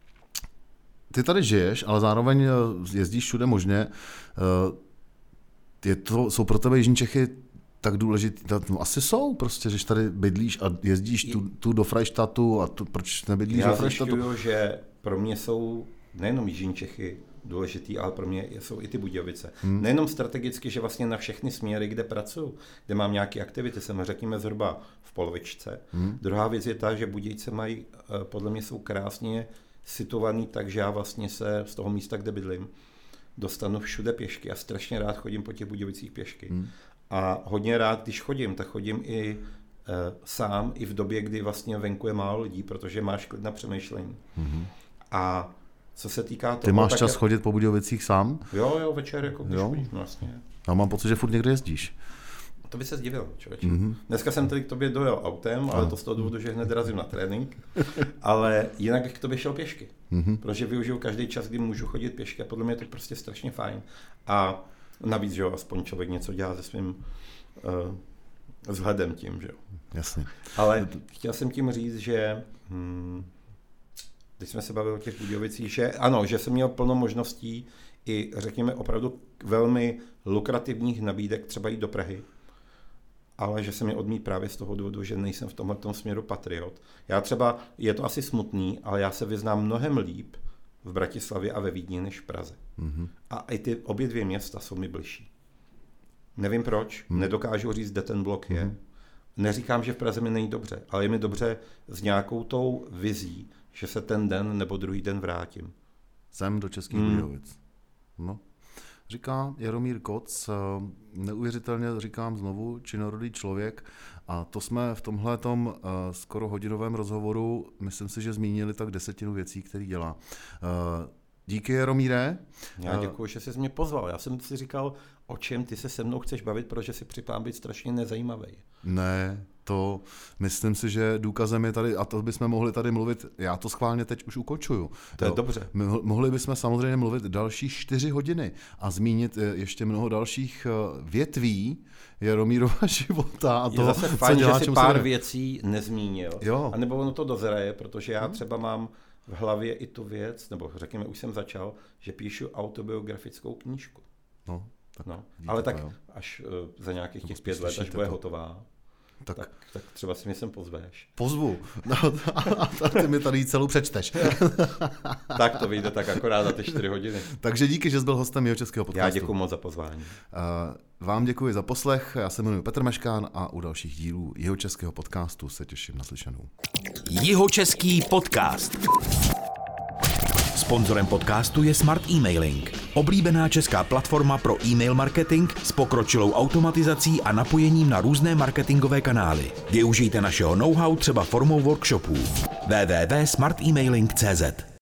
ty tady žiješ, ale zároveň jezdíš všude možně. Uh, je to, jsou pro tebe Jižní Čechy tak důležitý, no asi jsou prostě, že tady bydlíš a jezdíš tu, tu do Freištatu a tu, proč nebydlíš Já do Freištatu? Já že pro mě jsou nejenom Jižní Čechy důležitý, ale pro mě jsou i ty Budějovice. Hmm. Nejenom strategicky, že vlastně na všechny směry, kde pracuju, kde mám nějaké aktivity, jsem řekněme zhruba v polovičce. Hmm. Druhá věc je ta, že Budějce mají, podle mě jsou krásně situovaný, takže já vlastně se z toho místa, kde bydlím, dostanu všude pěšky a strašně rád chodím po těch Budějovicích pěšky. Hmm. A hodně rád, když chodím, tak chodím i e, sám, i v době, kdy vlastně venku je málo lidí, protože máš klid na přemýšlení. Mm-hmm. A co se týká toho... Ty máš čas je... chodit po Budějovicích sám? Jo, jo, večer, jako když jo? chodím, vlastně. Já mám pocit, že furt někde jezdíš. To by se zdivil, člověče. Mm-hmm. Dneska jsem tady k tobě dojel autem, ale to z toho důvodu, že hned razím na trénink. Ale jinak bych k tobě šel pěšky. Mm-hmm. Protože využiju každý čas, kdy můžu chodit pěšky a podle mě je to prostě strašně fajn. A navíc, že jo, aspoň člověk něco dělá se svým uh, vzhledem tím, že jo. Jasně. Ale chtěl jsem tím říct, že hm, když jsme se bavili o těch Budějovicích, že ano, že jsem měl plno možností i, řekněme, opravdu velmi lukrativních nabídek třeba jít do Prahy, ale že jsem je odmít právě z toho důvodu, že nejsem v tomhletom směru patriot. Já třeba, je to asi smutný, ale já se vyznám mnohem líp v Bratislavě a ve Vídni než v Praze. Mm-hmm. A i ty obě dvě města jsou mi bližší. Nevím proč, mm. nedokážu říct, kde ten blok je. Mm. Neříkám, že v Praze mi není dobře, ale je mi dobře s nějakou tou vizí, že se ten den nebo druhý den vrátím. Sem do Českých mm. Budějovic. No. Říká Jaromír Koc, neuvěřitelně říkám znovu, činorodý člověk, a to jsme v tomhletom skoro hodinovém rozhovoru, myslím si, že zmínili tak desetinu věcí, které dělá. Díky, Jaromíre. Já děkuji, že jsi mě pozval. Já jsem si říkal, o čem ty se se mnou chceš bavit, protože si připadám být strašně nezajímavý. Ne, to myslím si, že důkazem je tady, a to bychom mohli tady mluvit, já to schválně teď už ukončuju. To je jo, dobře. Mohli bychom samozřejmě mluvit další čtyři hodiny a zmínit ještě mnoho dalších větví Jaromírova života. A je toho, zase fajn, dělá, že si pár věcí nezmínil. Jo. A nebo ono to dozraje, protože já třeba mám v hlavě i tu věc, nebo řekněme, už jsem začal, že píšu autobiografickou knížku. No, tak no. Ale tak jo. až uh, za nějakých těch pět let, až bude to hotová, tak, tak, tak třeba si mě sem pozveš. Pozvu. No, a ty mi tady celou přečteš. Tak to vyjde tak akorát za ty čtyři hodiny. Takže díky, že jsi byl hostem Jihočeského podcastu. Já děkuji moc za pozvání. Uh, vám děkuji za poslech, já se jmenuji Petr Meškán a u dalších dílů Jihočeského podcastu se těším na slyšenou. Jihočeský podcast. Sponzorem podcastu je Smart Emailing, oblíbená česká platforma pro e-mail marketing s pokročilou automatizací a napojením na různé marketingové kanály. Využijte našeho know-how třeba formou workshopů. w w w tečka smart emailing tečka c z